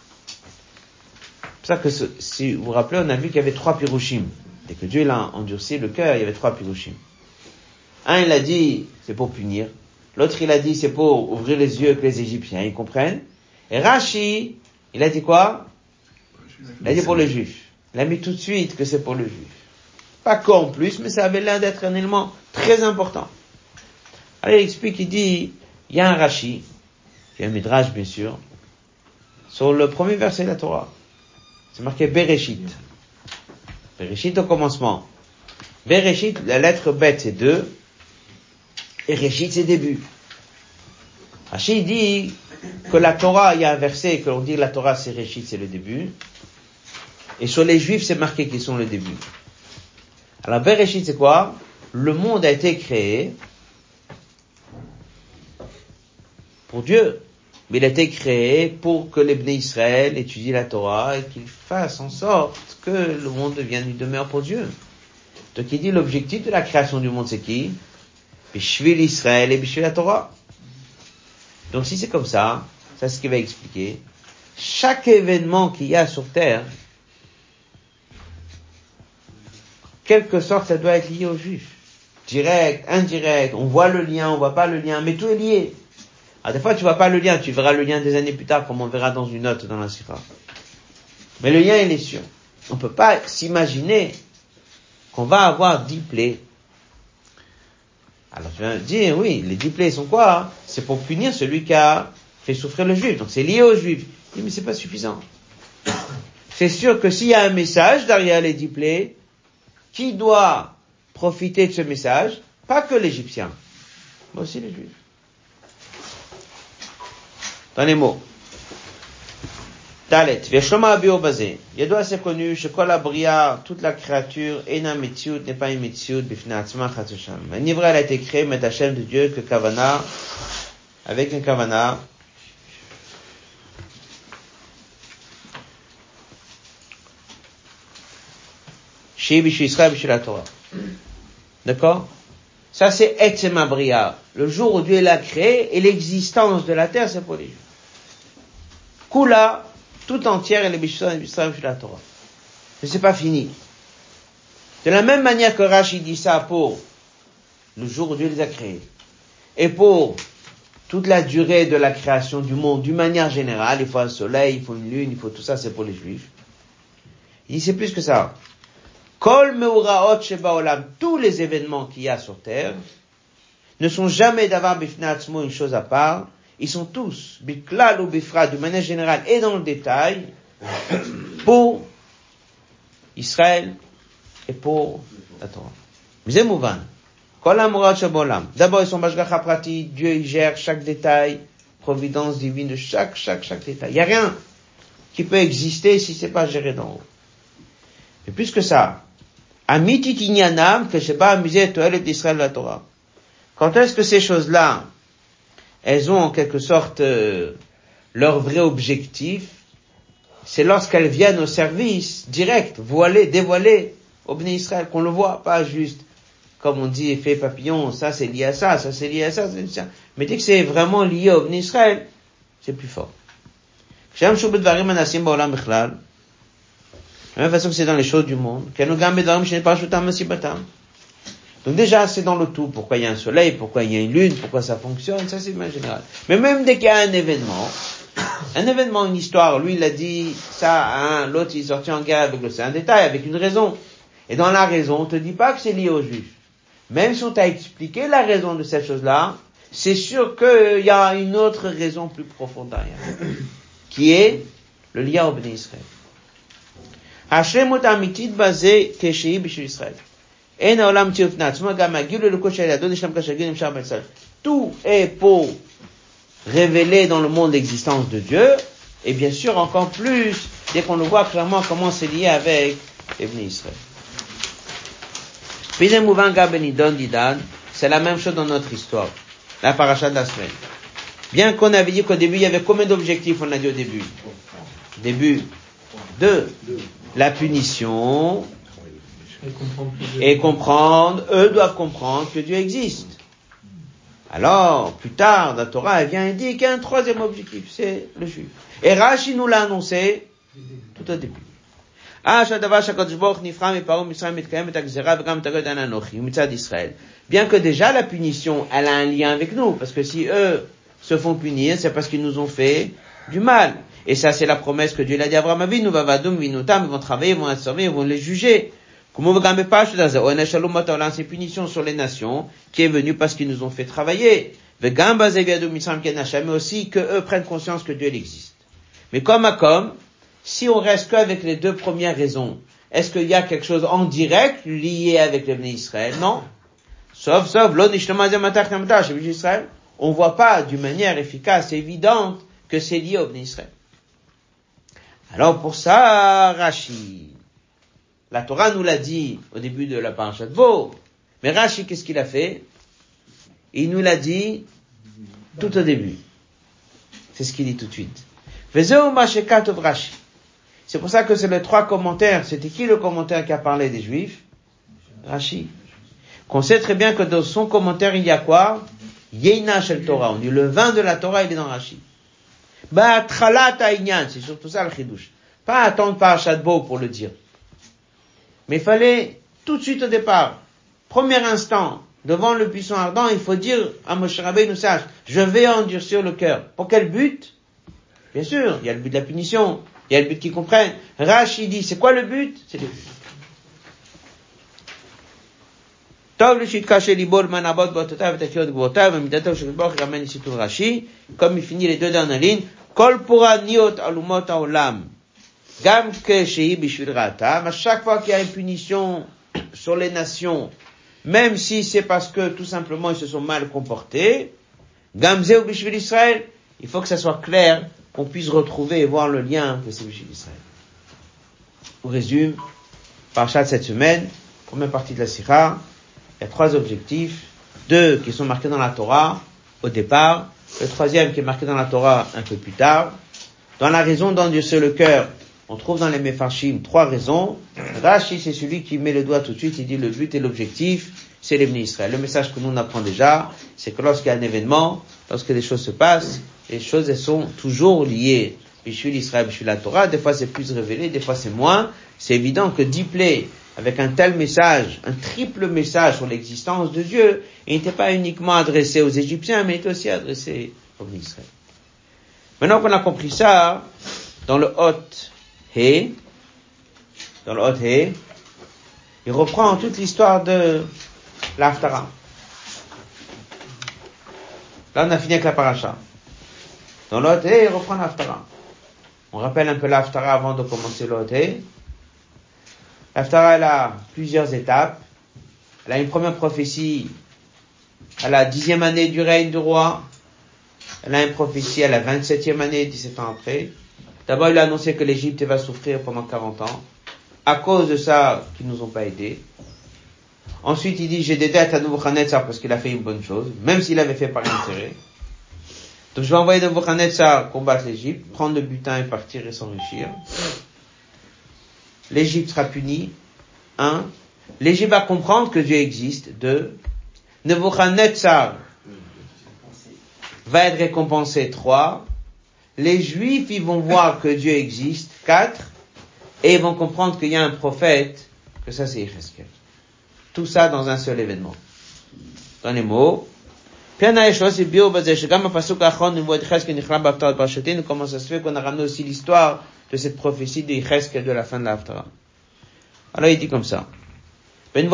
C'est pour ça que si vous vous rappelez, on a vu qu'il y avait 3 pirushim. Dès que Dieu il a endurci le cœur, il y avait 3 pirushim. Un, il a dit, c'est pour punir. L'autre, il a dit, c'est pour ouvrir les yeux que les Égyptiens, ils comprennent. Et Rashi, il a dit quoi? Il a dit pour les juifs. Il a mis tout de suite que c'est pour les juifs. Pas qu'en plus, mais ça avait l'air d'être un élément très important. Alors il explique, il dit, il y a un Rashi, qui est un Midrash bien sûr, sur le premier verset de la Torah. C'est marqué Bereshit. Bereshit au commencement. Bereshit, la lettre Bet c'est 2, et Reshit c'est début. Rashi dit que la Torah, il y a un verset que l'on dit que la Torah c'est Reshit, c'est le début. Et sur les Juifs, c'est marqué qu'ils sont le début. Alors, Bereshit, c'est quoi? Le monde a été créé pour Dieu. Mais il a été créé pour que les Bnei Israël étudient la Torah et qu'ils fassent en sorte que le monde devienne une demeure pour Dieu. Donc, il dit l'objectif de la création du monde, c'est qui? Bishvil Israël et Bishvil la Torah. Donc, si c'est comme ça c'est ce qu'il va expliquer. Chaque événement qu'il y a sur Terre, quelque sorte, ça doit être lié aux Juifs. Direct, indirect, on voit le lien, on voit pas le lien, mais tout est lié. Alors des fois, tu vois pas le lien, tu verras le lien des années plus tard, comme on verra dans une note dans la Sira. Mais le lien, il est sûr. On peut pas s'imaginer qu'on va avoir 10 plaies. Alors tu vas me dire, oui, les 10 plaies sont quoi? C'est pour punir celui qui a fait souffrir le Juif. Donc c'est lié aux Juifs. Je dis, mais c'est pas suffisant. C'est sûr que s'il y a un message derrière les 10 plaies, qui doit profiter de ce message? Pas que l'Égyptien, mais aussi les Juifs. Dans les mots. Dalet, Veshoma Abio Bazé. Yadua c'est connu, Shekol Abria, toute la créature, Ena Metziut, n'est pas une Metziut, Bifna Atzma Chatzusham. Un ivre, elle a été créée, mais Hachem de Dieu, que Kavana, avec un Kavana, chez Bishu Israël, Bishu la Torah. D'accord? Ça, c'est Etzem Abria. Le jour où Dieu l'a créé, et l'existence de la terre, c'est pour les Juifs. Kula, tout entière, elle est Bishu Israël, Bishu la Torah. Mais c'est pas fini. De la même manière que Rashi dit ça pour le jour où Dieu les a créés, et pour toute la durée de la création du monde, d'une manière générale, il faut un soleil, il faut une lune, il faut tout ça, c'est pour les Juifs. Il dit, c'est plus que ça. Kol meuraot sheba olam, tous les événements qu'il y a sur terre ne sont jamais d'avoir bifna atzmo une chose à part. Ils sont tous biklal ou bifra de manière générale et dans le détail pour Israël et pour la Torah. Mizé mouvan. Kol meuraot sheba olam. D'abord ils sont bashgacha prati. Dieu il gère chaque détail, providence divine de chaque détail. Il y a rien qui peut exister si c'est pas géré d'en haut. Et plus que ça. Amitit inyanam que je pas amusé toilet d'Israël la Torah. Quand est-ce que ces choses-là, elles ont en quelque sorte leur vrai objectif? C'est lorsqu'elles viennent au service direct, dévoilé au Bnei Israël, qu'on le voit, pas juste comme on dit effet papillon, ça c'est lié à ça, ça c'est lié à ça, c'est ça. Mais dès que c'est vraiment lié au Bnei Israël, c'est plus fort. J'aime shubet varim anasim ba'olam bichlal. De la même façon que c'est dans les choses du monde. Donc déjà, c'est dans le tout. Pourquoi il y a un soleil, pourquoi il y a une lune, pourquoi ça fonctionne, ça c'est bien général. Mais même dès qu'il y a un événement, une histoire, lui il a dit ça à un, l'autre il est sorti en guerre avec l'autre, c'est un détail, avec une raison. Et dans la raison, on te dit pas que c'est lié aux Juifs. Même si on t'a expliqué la raison de cette chose-là, c'est sûr qu'il y a une autre raison plus profonde derrière, qui est le lien au Bnei Israël. השלמות האמיתית בזה כשהיא בשביל ישראל. אין העולם מציאות בפני עצמו, גם הגילוי אלוקות של היהדות יש להם כשהגילוי נמשך בישראל. Tout est pour révéler dans le monde l'existence de Dieu, et bien sûr encore plus, dès qu'on le voit clairement comment c'est lié avec les Bnei Israël. Puis mouvant Gabenidon Didan, c'est la même chose dans notre histoire, la paracha de la semaine. Bien qu'on avait dit qu'au début il y avait combien d'objectifs, on a dit au début? Début 2. La punition et comprendre, eux doivent comprendre que Dieu existe. Alors, plus tard, la Torah, elle vient et dit qu'il y a un troisième objectif, c'est le juif. Et Rashi nous l'a annoncé tout au début. Bien que déjà la punition, elle a un lien avec nous, parce que si eux se font punir, c'est parce qu'ils nous ont fait du mal. Et ça, c'est la promesse que Dieu l'a dit à Abraham Avinu, Vavadum Vinutam, ils vont travailler, ils vont être servis, ils vont les juger. C'est punition sur les nations qui est venue parce qu'ils nous ont fait travailler. Mais aussi que eux prennent conscience que Dieu existe. Mais comme, si on reste qu'avec les deux premières raisons, est-ce qu'il y a quelque chose en direct lié avec le Bnei Israël? Non. Sauf, on voit pas d'une manière efficace et évidente que c'est lié au Bnei Israël. Alors pour ça, Rashi, la Torah nous l'a dit au début de la parasha de Bo, mais Rashi, qu'est-ce qu'il a fait? Il nous l'a dit tout au début. C'est ce qu'il dit tout de suite. C'est pour ça que c'est les trois commentaires. C'était qui le commentaire qui a parlé des Juifs? Rashi. Qu'on sait très bien que dans son commentaire, il y a quoi? Yeina shel Torah. On dit le vin de la Torah, il est dans Rashi. C'est surtout ça le chidouche. Pas attendre parasha de Bo pour le dire. Mais il fallait tout de suite au départ, premier instant, devant le buisson ardent, il faut dire à Moshe Rabbeinu sache, je vais endurcir le cœur. Pour quel but? Bien sûr, il y a le but de la punition, il y a le but qu'ils comprennent. Rashi dit, c'est quoi le but? C'est le but. Comme il finit les deux dernières lignes, Kol pura niot alumot haolam. Gam ke shehi bishvil ratam. À chaque fois qu'il y a une punition sur les nations, même si c'est parce que tout simplement ils se sont mal comportés, Gam zeu bishvil Israël, il faut que ça soit clair, qu'on puisse retrouver et voir le lien que c'est bishvil Israël. On résume, parasha de cette semaine, première partie de la Sikha, il y a trois objectifs, deux qui sont marqués dans la Torah au départ, le troisième qui est marqué dans la Torah un peu plus tard. Dans la raison d'endurcir le cœur, on trouve dans les Mefarshim trois raisons. Rashi, c'est celui qui met le doigt tout de suite, il dit le but et l'objectif, c'est les Bnei Israël. Le message que nous on apprend déjà, c'est que lorsqu'il y a un événement, lorsque des choses se passent, les choses elles sont toujours liées. Bishvil Israël, Bishvil la Torah, des fois c'est plus révélé, des fois c'est moins. C'est évident que dipler avec un tel message, un triple message sur l'existence de Dieu, il n'était pas uniquement adressé aux Égyptiens, mais il était aussi adressé aux Bnei Israël. Maintenant qu'on a compris ça, dans le Hot He, il reprend toute l'histoire de l'Haftara. Là, on a fini avec la paracha. Dans le Hot He, il reprend l'Haftara. On rappelle un peu l'Haftara avant de commencer le Hot He. L'Haftara, elle a plusieurs étapes. Elle a une première prophétie à la 10e année du règne du roi. Elle a une prophétie à la 27e année, 17 ans après. D'abord, il a annoncé que l'Égypte va souffrir pendant 40 ans. À cause de ça, qu'ils nous ont pas aidés. Ensuite, il dit, j'ai des dettes à Nebuchadnezzar parce qu'il a fait une bonne chose, même s'il avait fait par intérêt. Donc, je vais envoyer Nebuchadnezzar combattre l'Égypte, prendre le butin et partir et s'enrichir. L'Égypte sera punie. 1. L'Égypte va comprendre que Dieu existe. 2. Nebuchadnezzar va être récompensé. 3. Les Juifs, ils vont voir que Dieu existe. 4. Et ils vont comprendre qu'il y a un prophète, que ça c'est Yecheskel. Tout ça dans un seul événement. Dans les mots. Comment ça se fait qu'on a ramené aussi l'histoire de cette prophétie de Yecheskel de la fin de l'Haftara. Alors il dit comme ça. C'est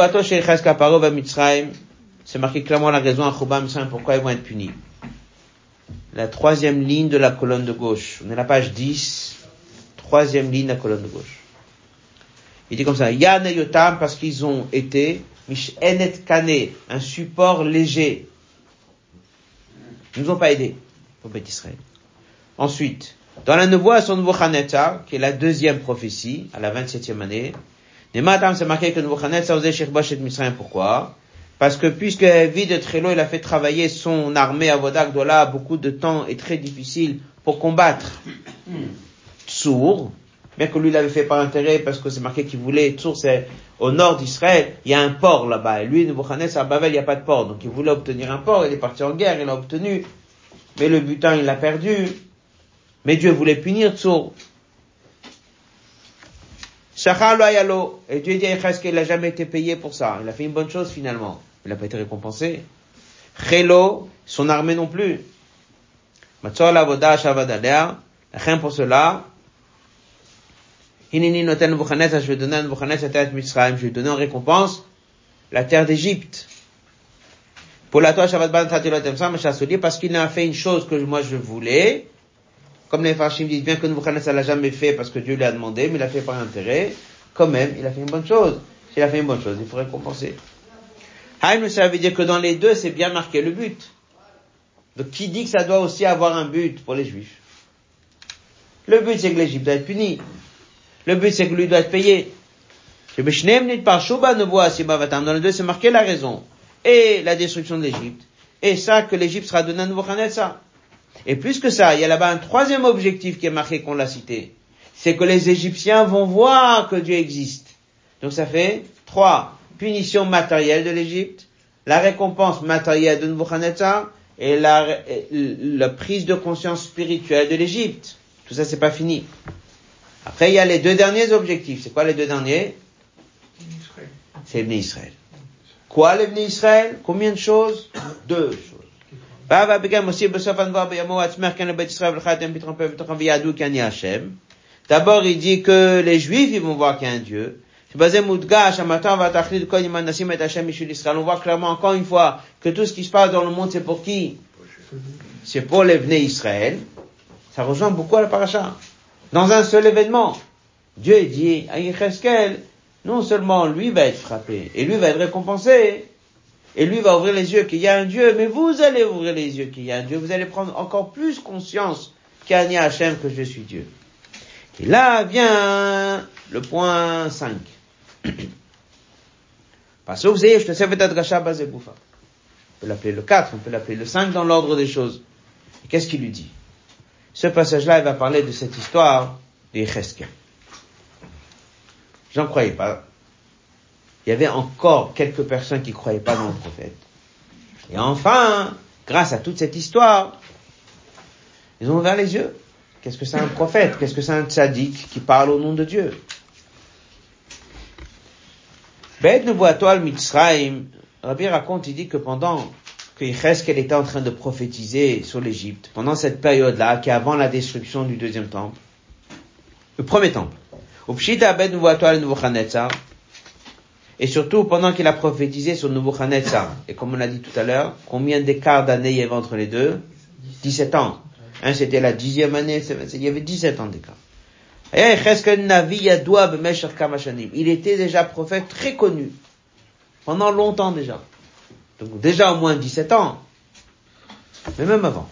marqué clairement la raison à Chouba Mitzrayim pourquoi ils vont être punis. La troisième ligne de la colonne de gauche. On est à la page 10. Troisième ligne de la colonne de gauche. Il dit comme ça. Yane Yotam parce qu'ils ont été Mishenet Kane, un support léger. Ils nous ont pas aidés pour Beth Israël. Ensuite, dans la nevoie sur Nebuchadnezzar, qui est la deuxième prophétie, à la 27e année, Nematam, c'est marqué que Nebuchadnezzar osait Shirbosh et Misraïm. Pourquoi? Parce que puisque Vie de Trélo, il a fait travailler son armée à Vodak Dola beaucoup de temps et très difficile pour combattre Tsour, bien que lui l'avait fait par intérêt parce que c'est marqué qu'il voulait, Tsour c'est au nord d'Israël, il y a un port là-bas, et lui, Nebuchadnezzar, à Babel, il n'y a pas de port, donc il voulait obtenir un port, il est parti en guerre, il l'a obtenu, mais le butin, il l'a perdu, mais Dieu voulait punir Tsour. Shachar lo ayalo, et Dieu dit à Yecheskel, il n'a jamais été payé pour ça, il a fait une bonne chose finalement, il n'a pas été récompensé. Chelo, son armée non plus. Matzor l'avoda shavad alea. Lachem pour cela. Hinini noten Nebuchadnezzar, je vais donner à Nebuchadnezzar la terre de Mitzrayim, je vais donner en récompense la terre d'Égypte. Pour la Torah Shabbat Ban Tatilotem Sam, parce qu'il a fait une chose que moi je voulais. Comme les Farshim disent bien que Nebuchadnezzar l'a jamais fait parce que Dieu lui a demandé, mais il l'a fait par intérêt. Quand même, il a fait une bonne chose. S'il a fait une bonne chose, il faut récompenser. Haïm, ça veut dire que dans les deux, c'est bien marqué le but. Donc, qui dit que ça doit aussi avoir un but pour les Juifs? Le but, c'est que l'Égypte doit être punie. Le but, c'est que lui doit être payé. Dans les deux, c'est marqué la raison. Et la destruction de l'Égypte. Et ça, que l'Égypte sera donnée à Nebuchadnezzar. Et plus que ça, il y a là-bas un troisième objectif qui est marqué, qu'on l'a cité. C'est que les Égyptiens vont voir que Dieu existe. Donc ça fait 3. Punition matérielle de l'Égypte, la récompense matérielle de Nebuchadnezzar, et la prise de conscience spirituelle de l'Égypte. Tout ça, c'est pas fini. Après, il y a les deux derniers objectifs. C'est quoi les deux derniers? C'est Bnei Israël. Quoi les Bnei Israël? Combien de choses? 2 choses. D'abord, il dit que les Juifs, ils vont voir qu'il y a un Dieu. On voit clairement, encore une fois, que tout ce qui se passe dans le monde, c'est pour qui? C'est pour les Bnei Israël. Ça rejoint beaucoup à la paracha. Dans un seul événement, Dieu dit à Yecheskel, non seulement lui va être frappé, et lui va être récompensé, et lui va ouvrir les yeux qu'il y a un Dieu, mais vous allez ouvrir les yeux qu'il y a un Dieu, vous allez prendre encore plus conscience qu'Ani Hachem, que je suis Dieu. Et là vient le point 5. Parce que vous savez, je te sais peut-être Gacha Bazeboufa. On peut l'appeler le 4, on peut l'appeler le 5 dans l'ordre des choses. Et qu'est-ce qu'il lui dit? Ce passage-là, il va parler de cette histoire de Yecheskel. J'en croyais pas. Il y avait encore quelques personnes qui croyaient pas dans le prophète. Et enfin, grâce à toute cette histoire, ils ont ouvert les yeux. Qu'est-ce que c'est un prophète? Qu'est-ce que c'est un tzaddik qui parle au nom de Dieu? Beit Nebuato Mitzrayim, Rabbi raconte, il dit que pendant que Yecheskel était en train de prophétiser sur l'Égypte, pendant cette période-là, qui est avant la destruction du deuxième temple, le premier temple, Upshita Beit Nebuato Nebuchadnezzar, et surtout pendant qu'il a prophétisé sur Nebuchadnezzar, et comme on l'a dit tout à l'heure, combien d'écart d'années il y avait entre les deux? 17 ans. C'était la 10e année, il y avait 17 ans d'écart. Il était déjà prophète très connu, pendant longtemps déjà. Donc déjà au moins 17 ans, mais même avant.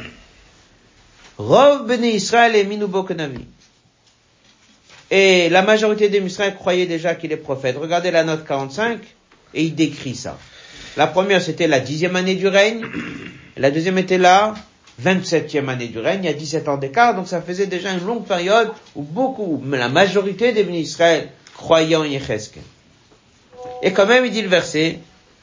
Rov Bnei Israël et Minubo Kenavi. Et la majorité des Israël croyaient déjà qu'il est prophète. Regardez la note 45, et il décrit ça. La première, c'était la 10e année du règne. La deuxième était la 27e année du règne. Il y a 17 ans d'écart, donc ça faisait déjà une longue période où la majorité des Bnei Israël croyaient en Yecheskel. Et quand même, il dit le verset,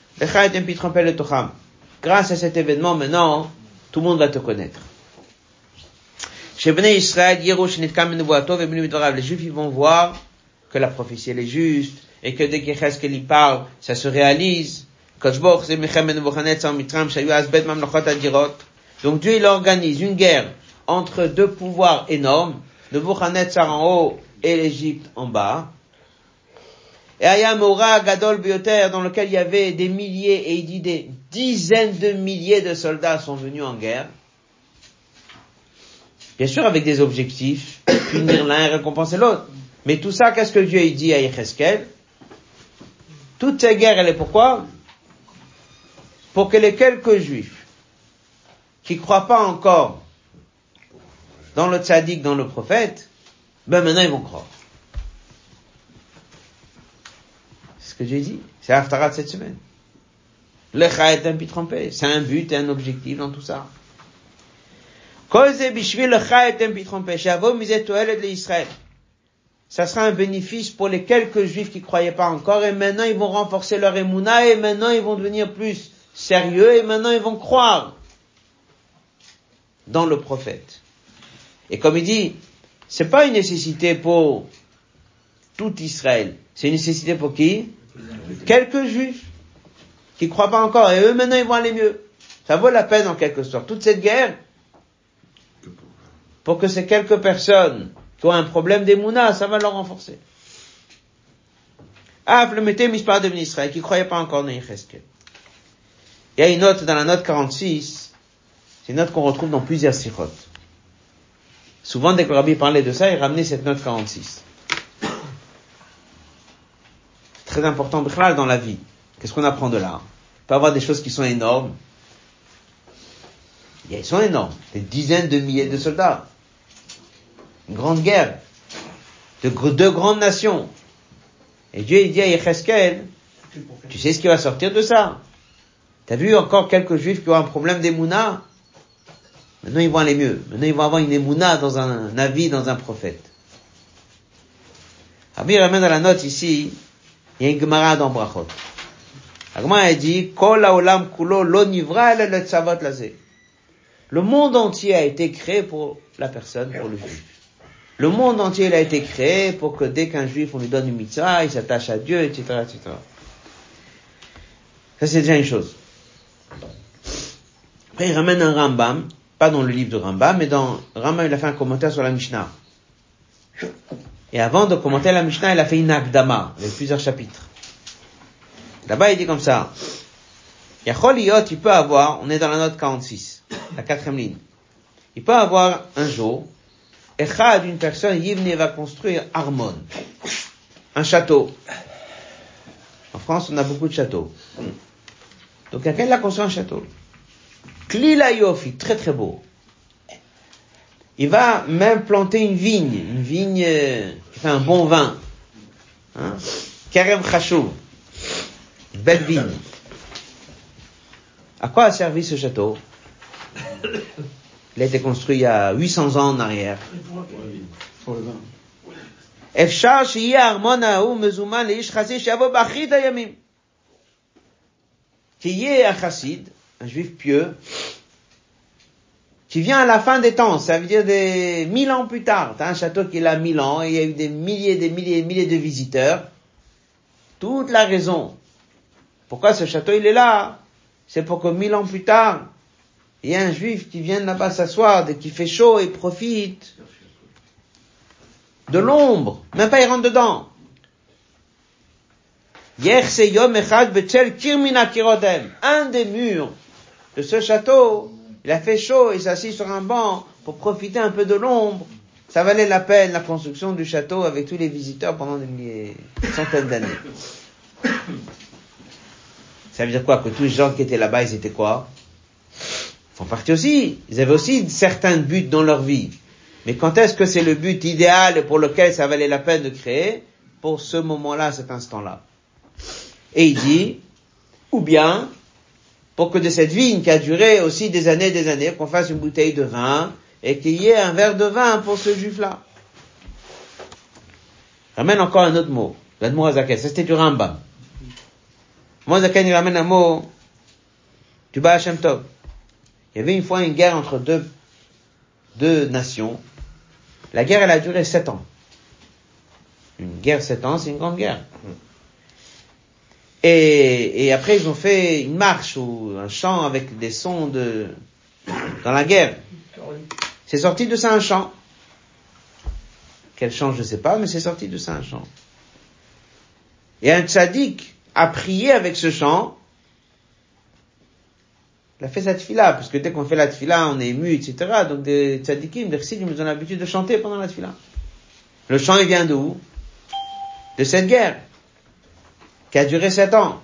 grâce à cet événement, maintenant, tout le monde va te connaître. Chez Bnei Israël, les Juifs, ils vont voir que la prophétie, elle est juste, et que dès qu'Yecheskel y parle, ça se réalise. Donc Dieu, il organise une guerre entre deux pouvoirs énormes, Nebuchadnezzar en haut et l'Égypte en bas. Et Ayamora Gadol Bioter, dans lequel il y avait des milliers, et il dit des dizaines de milliers de soldats sont venus en guerre. Bien sûr, avec des objectifs, punir l'un et récompenser l'autre. Mais tout ça, qu'est-ce que Dieu il dit à Yecheskel? Toute cette guerre, elle est pourquoi? Pour que les quelques juifs qui croient pas encore dans le tzaddik, dans le prophète, maintenant ils vont croire. C'est ce que Dieu dit. C'est l'Haftarah de cette semaine. Lecha et un pi trompé. C'est un but et un objectif dans tout ça. Ça sera un bénéfice pour les quelques juifs qui croyaient pas encore, et maintenant ils vont renforcer leur émouna, et maintenant ils vont devenir plus sérieux, et maintenant ils vont croire dans le prophète. Et comme il dit, c'est pas une nécessité pour tout Israël, c'est une nécessité pour qui? Quelques juifs qui croient pas encore, et eux maintenant ils vont aller mieux. Ça vaut la peine en quelque sorte. Toute cette guerre, pour que ces quelques personnes qui ont un problème d'émouna, ça va leur renforcer. Le mété mispar de Israël, qui croyait pas encore dans Yecheskel. Il y a une note dans la note 46, c'est une note qu'on retrouve dans plusieurs sikhot. Souvent, dès que le rabbi parlait de ça, il ramenait cette note 46. C'est très important, Bichlal, dans la vie. Qu'est-ce qu'on apprend de là? On peut avoir des choses qui sont énormes. Ils sont énormes. Des dizaines de milliers de soldats. Une grande guerre. Deux grandes nations. Et Dieu, il dit à Yecheskel, tu sais ce qui va sortir de ça? T'as vu encore quelques juifs qui ont un problème d'émouna? Maintenant, ils vont aller mieux. Maintenant, ils vont avoir une émouna dans un avis, dans un prophète. Rabbi ramène dans la note ici, il y a une Gemara dans Brachot. La Gemara, elle dit, Kol haolam kulo lo nivra ele le tzavot lazé. Le monde entier a été créé pour la personne, pour le juif. Le monde entier, il a été créé pour que dès qu'un juif, on lui donne une mitzvah, il s'attache à Dieu, etc., etc. Ça, c'est déjà une chose. Après, il ramène un Rambam, pas dans le livre de Rambam, mais dans Rambam, il a fait un commentaire sur la Mishnah. Et avant de commenter la Mishnah, il a fait une Akdama, avec plusieurs chapitres. Là-bas, il dit comme ça. Yachol Yot, il peut avoir, on est dans la note 46, la 4e ligne. Il peut avoir un jour, Echad, une personne, Yivne va construire Armon, un château. En France, on a beaucoup de châteaux. Donc, quelqu'un a construit un château. Klila Yofi, très très beau. Il va même planter une vigne qui fait un bon vin. Kerem Chashou, une belle vigne. À quoi a servi ce château? Il a été construit il y a 800 ans en arrière. Pour le vin. Efshar shiya armona ou mezouman leish chassid shavo b'achrit hayamim. Qu'il y ait un chassid, un juif pieux, qui vient à la fin des temps, ça veut dire des 1000 ans plus tard. T'as un château qui est là 1000 ans, et il y a eu des milliers de visiteurs. Toute la raison pourquoi ce château il est là, c'est pour que 1000 ans plus tard, il y a un juif qui vient là-bas s'asseoir, dès qu'il fait chaud, et profite de l'ombre. Même pas il rentre dedans. Un des murs de ce château, il a fait chaud, il s'est assis sur un banc pour profiter un peu de l'ombre. Ça valait la peine, la construction du château avec tous les visiteurs pendant des centaines d'années. Ça veut dire quoi? Que tous les gens qui étaient là-bas, ils étaient quoi? Ils font partie aussi. Ils avaient aussi certains buts dans leur vie. Mais quand est-ce que c'est le but idéal et pour lequel ça valait la peine de créer? Pour ce moment-là, cet instant-là. Et il dit, ou bien, pour que de cette vigne qui a duré aussi des années, qu'on fasse une bouteille de vin, et qu'il y ait un verre de vin pour ce juif-là. Ramène encore un autre mot. L'Admorazaken. Ça, c'était du Rambam. Mozaken, il ramène un mot du Baal Shem Tov. Il y avait une fois une guerre entre deux nations. La guerre, elle a duré 7 ans. Une guerre 7 ans, c'est une grande guerre. Et après, ils ont fait une marche ou un chant avec des sons dans la guerre. C'est sorti de ça un chant. Quel chant, je sais pas, mais c'est sorti de ça un chant. Et un tzaddik a prié avec ce chant. Il a fait sa tfila, parce que dès qu'on fait la tfila, on est ému, etc. Donc des tzaddikim, des chassidim, ils ont l'habitude de chanter pendant la tfila. Le chant, il vient d'où? De cette guerre, qui a duré 7 ans.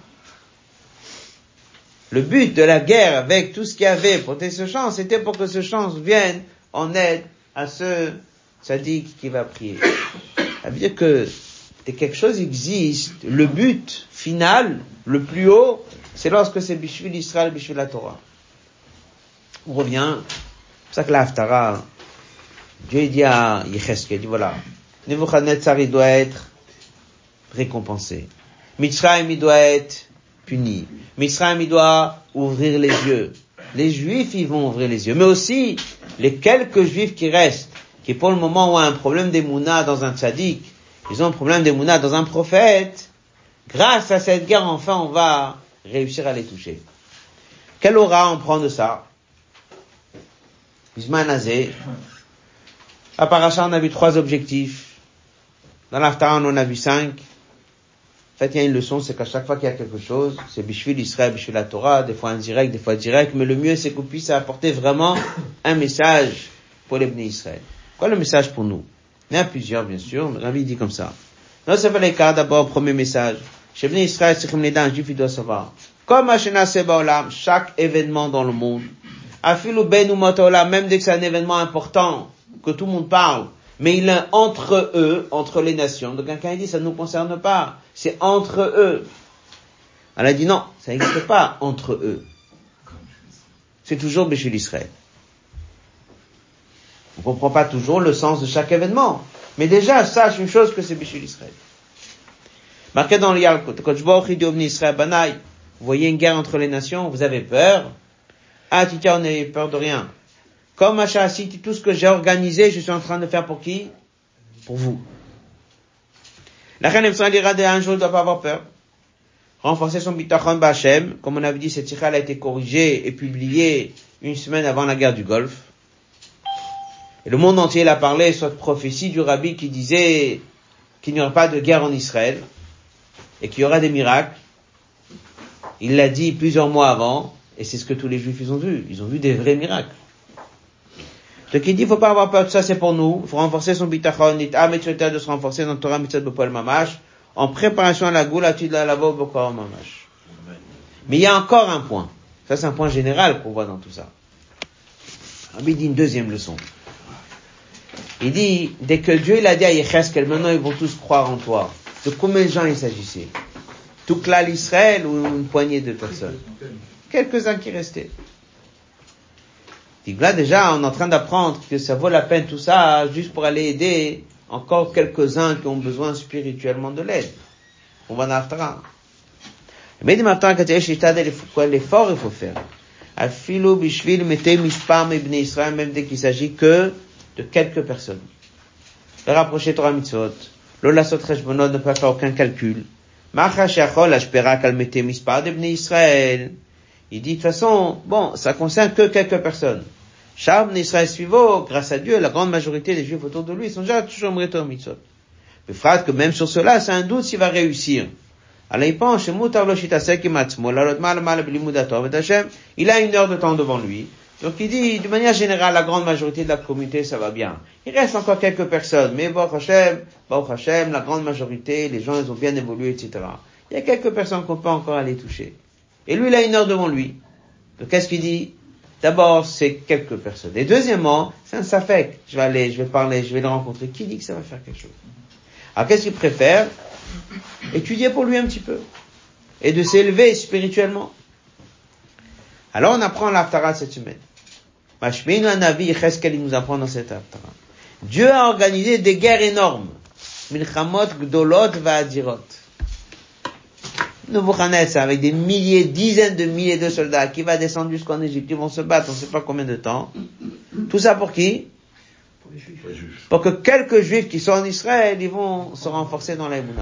Le but de la guerre, avec tout ce qu'il y avait pour ce chant, c'était pour que ce chant vienne en aide à ce tzaddik qui va prier. Ça veut dire que quelque chose existe, le but final, le plus haut, c'est lorsque c'est Bishvil Israël, Bishvil la Torah. On revient, c'est pour ça que la Haftara, Dieu dit à Yecheskel, il dit voilà, Nebuchadnezzar il doit être récompensé. Mitzrayim il doit être puni. Mitzrayim il doit ouvrir les yeux. Les Juifs ils vont ouvrir les yeux, mais aussi les quelques Juifs qui restent, qui pour le moment ont un problème d'émouna dans un tzaddik, ils ont un problème d'émouna dans un prophète. Grâce à cette guerre, enfin, on va réussir à les toucher. Quelle aura on prend de ça? Bisman Azé, À Paracha, on a vu 3 objectifs. Dans l'Haftarah, on en a vu 5. En fait, il y a une leçon, c'est qu'à chaque fois qu'il y a quelque chose, c'est Bishvil Israël, Bishvil la Torah, des fois indirect, des fois direct, mais le mieux, c'est qu'on puisse apporter vraiment un message pour les Bnei Israël. Quoi le message pour nous? Il y en a plusieurs, bien sûr, mais Rabbi dit comme ça. Dans ce cas, d'abord, premier message. Chez Bnei Israël, c'est comme les dents, un juif, il doit savoir. Comme Hashena Sebaolam, chaque événement dans le monde, Afilu Ben Umotolam, même dès que c'est un événement important, que tout le monde parle, mais il est entre eux, entre les nations. Donc quelqu'un dit, ça ne nous concerne pas. C'est entre eux. Elle a dit non, ça n'existe pas entre eux. C'est toujours Béchil Israël. On comprend pas toujours le sens de chaque événement. Mais déjà, sache une chose que c'est Béchil Israël. Marqué dans le Yalkut, vous voyez une guerre entre les nations, vous avez peur. Ah, Titia, on n'a peur de rien. Comme Macha Asiti, tout ce que j'ai organisé, je suis en train de faire pour qui? Pour vous. La reine Israël dira un jour, il ne doit pas avoir peur. Renforcer son bitachon b'Hashem. Comme on avait dit, cette tirale a été corrigée et publiée une semaine avant la guerre du Golfe. Et le monde entier l'a parlé, soit prophétie du Rabbi qui disait qu'il n'y aura pas de guerre en Israël et qu'il y aura des miracles. Il l'a dit plusieurs mois avant, et c'est ce que tous les Juifs ils ont vu. Ils ont vu des vrais miracles. Donc il dit, il faut pas avoir peur de ça, c'est pour nous. Il faut renforcer son bitachon, de se renforcer dans le Torah mitzvot b'pol mamash, en préparation à la goula, tu de la lavo b'kor mamash. Mais il y a encore un point. Ça, c'est un point général qu'on voit dans tout ça. Rabbi dit une deuxième leçon. Il dit, dès que Dieu il a dit à Yecheskel, maintenant ils vont tous croire en toi. De combien de gens il s'agissait? Tout Klal Israël ou une poignée de personnes? Quelques-uns qui restaient. Là, déjà, on est en train d'apprendre que ça vaut la peine tout ça, juste pour aller aider encore quelques-uns qui ont besoin spirituellement de l'aide. On va en Haftarah. Mais maintenant, quand il y a l'effort, il faut faire. Afilu bishvil metei mispar mebnei Israël, même dès qu'il s'agit que de quelques personnes. Le rapprocher Torah mitzvot. Lo lasot cheshbonot, ne pas faire aucun calcul. Macha sheachol ashpera kal metei mispar de bnei Israël. Il dit, de toute façon, bon, ça concerne que quelques personnes. Shab Israël suivant, grâce à Dieu, la grande majorité des Juifs autour de lui sont déjà toujours Torah mitzvot. Le frère, que même sur cela, c'est un doute s'il va réussir. Alors il pense, il a 1 heure de temps devant lui. Donc il dit, de manière générale, la grande majorité de la communauté, ça va bien. Il reste encore quelques personnes, mais Baruch Hashem, la grande majorité, les gens, ils ont bien évolué, etc. Il y a quelques personnes qu'on peut encore aller toucher. Et lui, il a 1 heure devant lui. Donc qu'est-ce qu'il dit? D'abord, c'est quelques personnes. Et deuxièmement, c'est un safek. Je vais parler, je vais le rencontrer. Qui dit que ça va faire quelque chose? Alors qu'est-ce qu'il préfère? Étudier pour lui un petit peu. Et de s'élever spirituellement. Alors on apprend l'Haftarah cette semaine. Mashmeinu Hanavi Yecheskel, il nous apprend dans cette Haftarah. Dieu a organisé des guerres énormes. Milchamot Gdolot Va'adirot. Nebuchadnezzar, avec des milliers, dizaines de milliers de soldats, qui va descendre jusqu'en Égypte, ils vont se battre, on ne sait pas combien de temps. Tout ça pour qui? Pour les Juifs. Pour que quelques Juifs qui sont en Israël, ils vont se renforcer dans l'Emunah.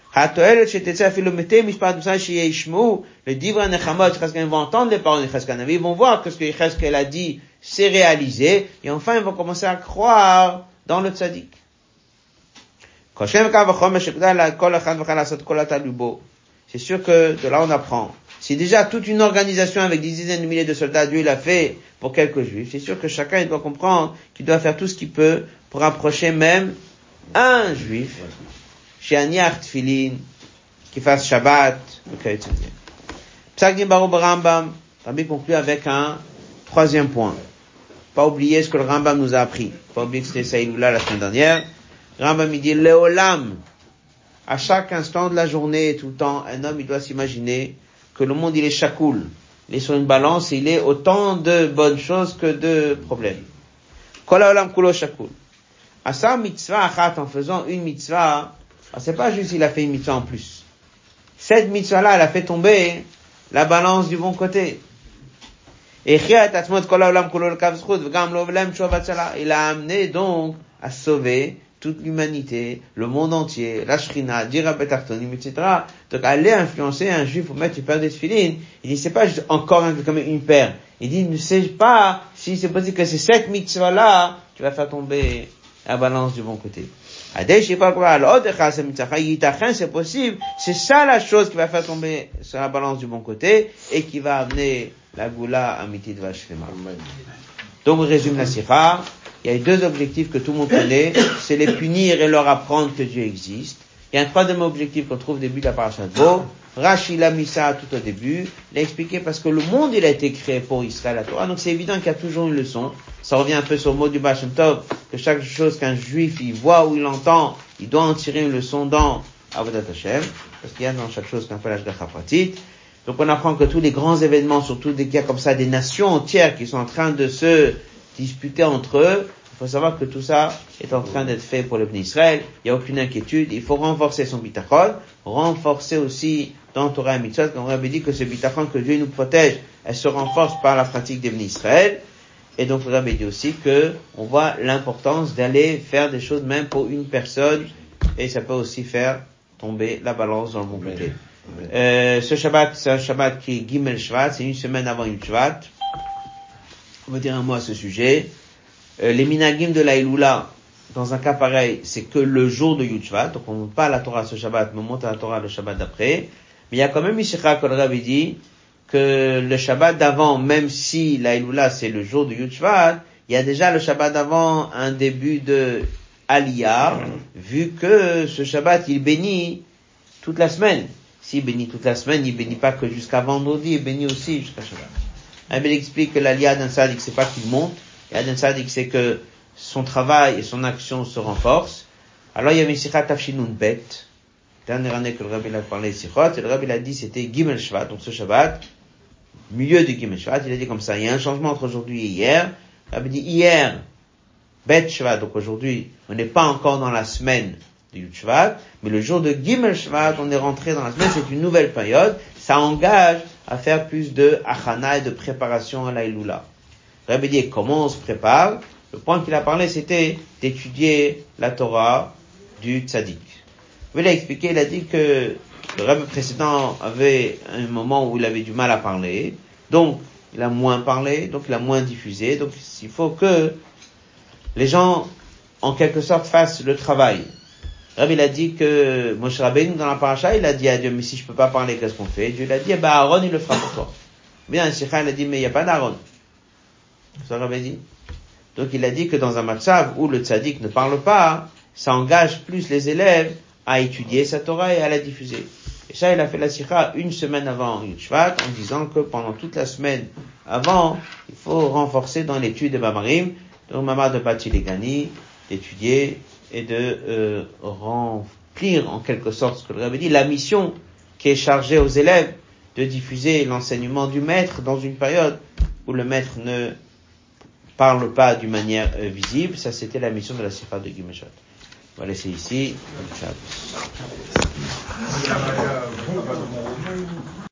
Le Divra Nechamot, ils vont entendre les paroles de Yecheskel, ils vont voir que ce que Yecheskel a dit, c'est réalisé, et enfin ils vont commencer à croire dans le tzaddik. C'est sûr que de là on apprend. Si déjà toute une organisation avec des dizaines de milliers de soldats, Dieu l'a fait pour quelques Juifs, c'est sûr que chacun il doit comprendre qu'il doit faire tout ce qu'il peut pour approcher même un Juif, chez Aniach Tfilin, qui fasse Shabbat, etc. Psak Din Baruch Rambam, Rabbi conclut avec un 3e point. Pas oublier ce que le Rambam nous a appris. Pas oublier que c'était Saïloula la semaine dernière. Rambam il dit, Léolam, à chaque instant de la journée et tout le temps, un homme, il doit s'imaginer que le monde, il est chakoul. Il est sur une balance et il est autant de bonnes choses que de problèmes. Kol haolam kulo chakoul. Asa mitzvah achat, en faisant une mitzvah, c'est pas juste il a fait une mitzvah en plus. Cette mitzvah-là, elle a fait tomber la balance du bon côté. Et il a amené donc à sauver toute l'humanité, le monde entier, la Shrina, Dira Betartonim, etc. Donc, aller influencer un juif pour mettre une paire de tefilin, il dit, c'est pas juste encore comme une paire. Il dit, ne sais pas si c'est possible que c'est cette mitzvah-là qui va faire tomber la balance du bon côté. C'est possible, c'est ça la chose qui va faire tomber sur la balance du bon côté et qui va amener la goula à mitit vachlema. Donc on résume la sikha. Il y a deux objectifs que tout le monde connaît, c'est les punir et leur apprendre que Dieu existe. Il y a un troisième objectif qu'on trouve au début de la parasha de Bo. Rashi l'a mis ça tout au début. Il a expliqué parce que le monde, il a été créé pour Israël, la Torah. Donc c'est évident qu'il y a toujours une leçon. Ça revient un peu sur le mot du Baal Shem Tov, que chaque chose qu'un juif, il voit ou il entend, il doit en tirer une leçon dans Avodat Hashem. Parce qu'il y a dans chaque chose qu'on appelle l'Ashgacha Pratit. Donc on apprend que tous les grands événements, surtout des cas comme ça, des nations entières qui sont en train de se disputer entre eux, il faut savoir que tout ça est en train d'être fait pour le peuple d'Israël. Il n'y a aucune inquiétude. Il faut renforcer son bitachon, renforcer aussi dans Torah et Mitzvot, comme on avait dit que ce bitachon que Dieu nous protège, elle se renforce par la pratique des Israël. Et donc, on avait dit aussi que on voit l'importance d'aller faire des choses même pour une personne, et ça peut aussi faire tomber la balance dans le bon côté. Ce Shabbat, c'est un Shabbat qui est Gimel Shvat, c'est une semaine avant Yud Shvat. On va dire un mot à ce sujet. Les minagim de la Iloula, dans un cas pareil, c'est que le jour de Yud Shvat, donc on ne monte pas à la Torah ce Shabbat, mais on monte à la Torah le Shabbat d'après. Mais il y a quand même une sikha que le Rabbi dit que le Shabbat d'avant, même si la Iloula c'est le jour de Yud Shvat, il y a déjà le Shabbat d'avant un début de Aliyah, vu que ce Shabbat il bénit toute la semaine. S'il bénit toute la semaine, il bénit pas que jusqu'à vendredi, il bénit aussi jusqu'à Shabbat. Il explique que l'Aliyah d'un sadique, c'est pas qu'il monte, et d'un sadique, c'est que son travail et son action se renforcent. Alors il y avait une sikha Tafshinun Bet, dernière année que le Rabbi a parlé de sikhot, et le Rabbi a dit c'était Gimel Shvat, donc ce Shabbat, milieu du Gimel Shvat, il a dit comme ça, il y a un changement entre aujourd'hui et hier. Le Rabbi dit hier, Bet Shvat, donc aujourd'hui, on n'est pas encore dans la semaine de Yud Shvat, mais le jour de Gimel Shvat, on est rentré dans la semaine, c'est une nouvelle période, ça engage à faire plus de achana et de préparation à la Iloula. Le Rabbi dit comment on se prépare. Le point qu'il a parlé, c'était d'étudier la Torah du tzaddik. Il a expliqué, il a dit que le Rabbi précédent avait un moment où il avait du mal à parler, donc il a moins parlé, donc il a moins diffusé, donc il faut que les gens, en quelque sorte, fassent le travail. Le Rabbi, il a dit que Moshe Rabbeinu, dans la paracha, il a dit à Dieu, mais si je peux pas parler, qu'est-ce qu'on fait? Dieu, il a dit, Aaron, il le fera pour toi. Bien, un sikha, il a dit, mais il n'y a pas d'Aaron. Ça le Rabbi dit. Donc il a dit que dans un matzav où le tzaddik ne parle pas, ça engage plus les élèves à étudier sa Torah et à la diffuser. Et ça, il a fait la sikha une semaine avant Yud Shvat, en disant que pendant toute la semaine avant, il faut renforcer dans l'étude des Mamarim, donc Mamar de Patiligani, d'étudier et de remplir en quelque sorte ce que le Rabbi dit, la mission qui est chargée aux élèves de diffuser l'enseignement du maître dans une période où le maître ne parle pas d'une manière visible. Ça, c'était la mission de la sikha de Gimel Shvat. On va laisser ici.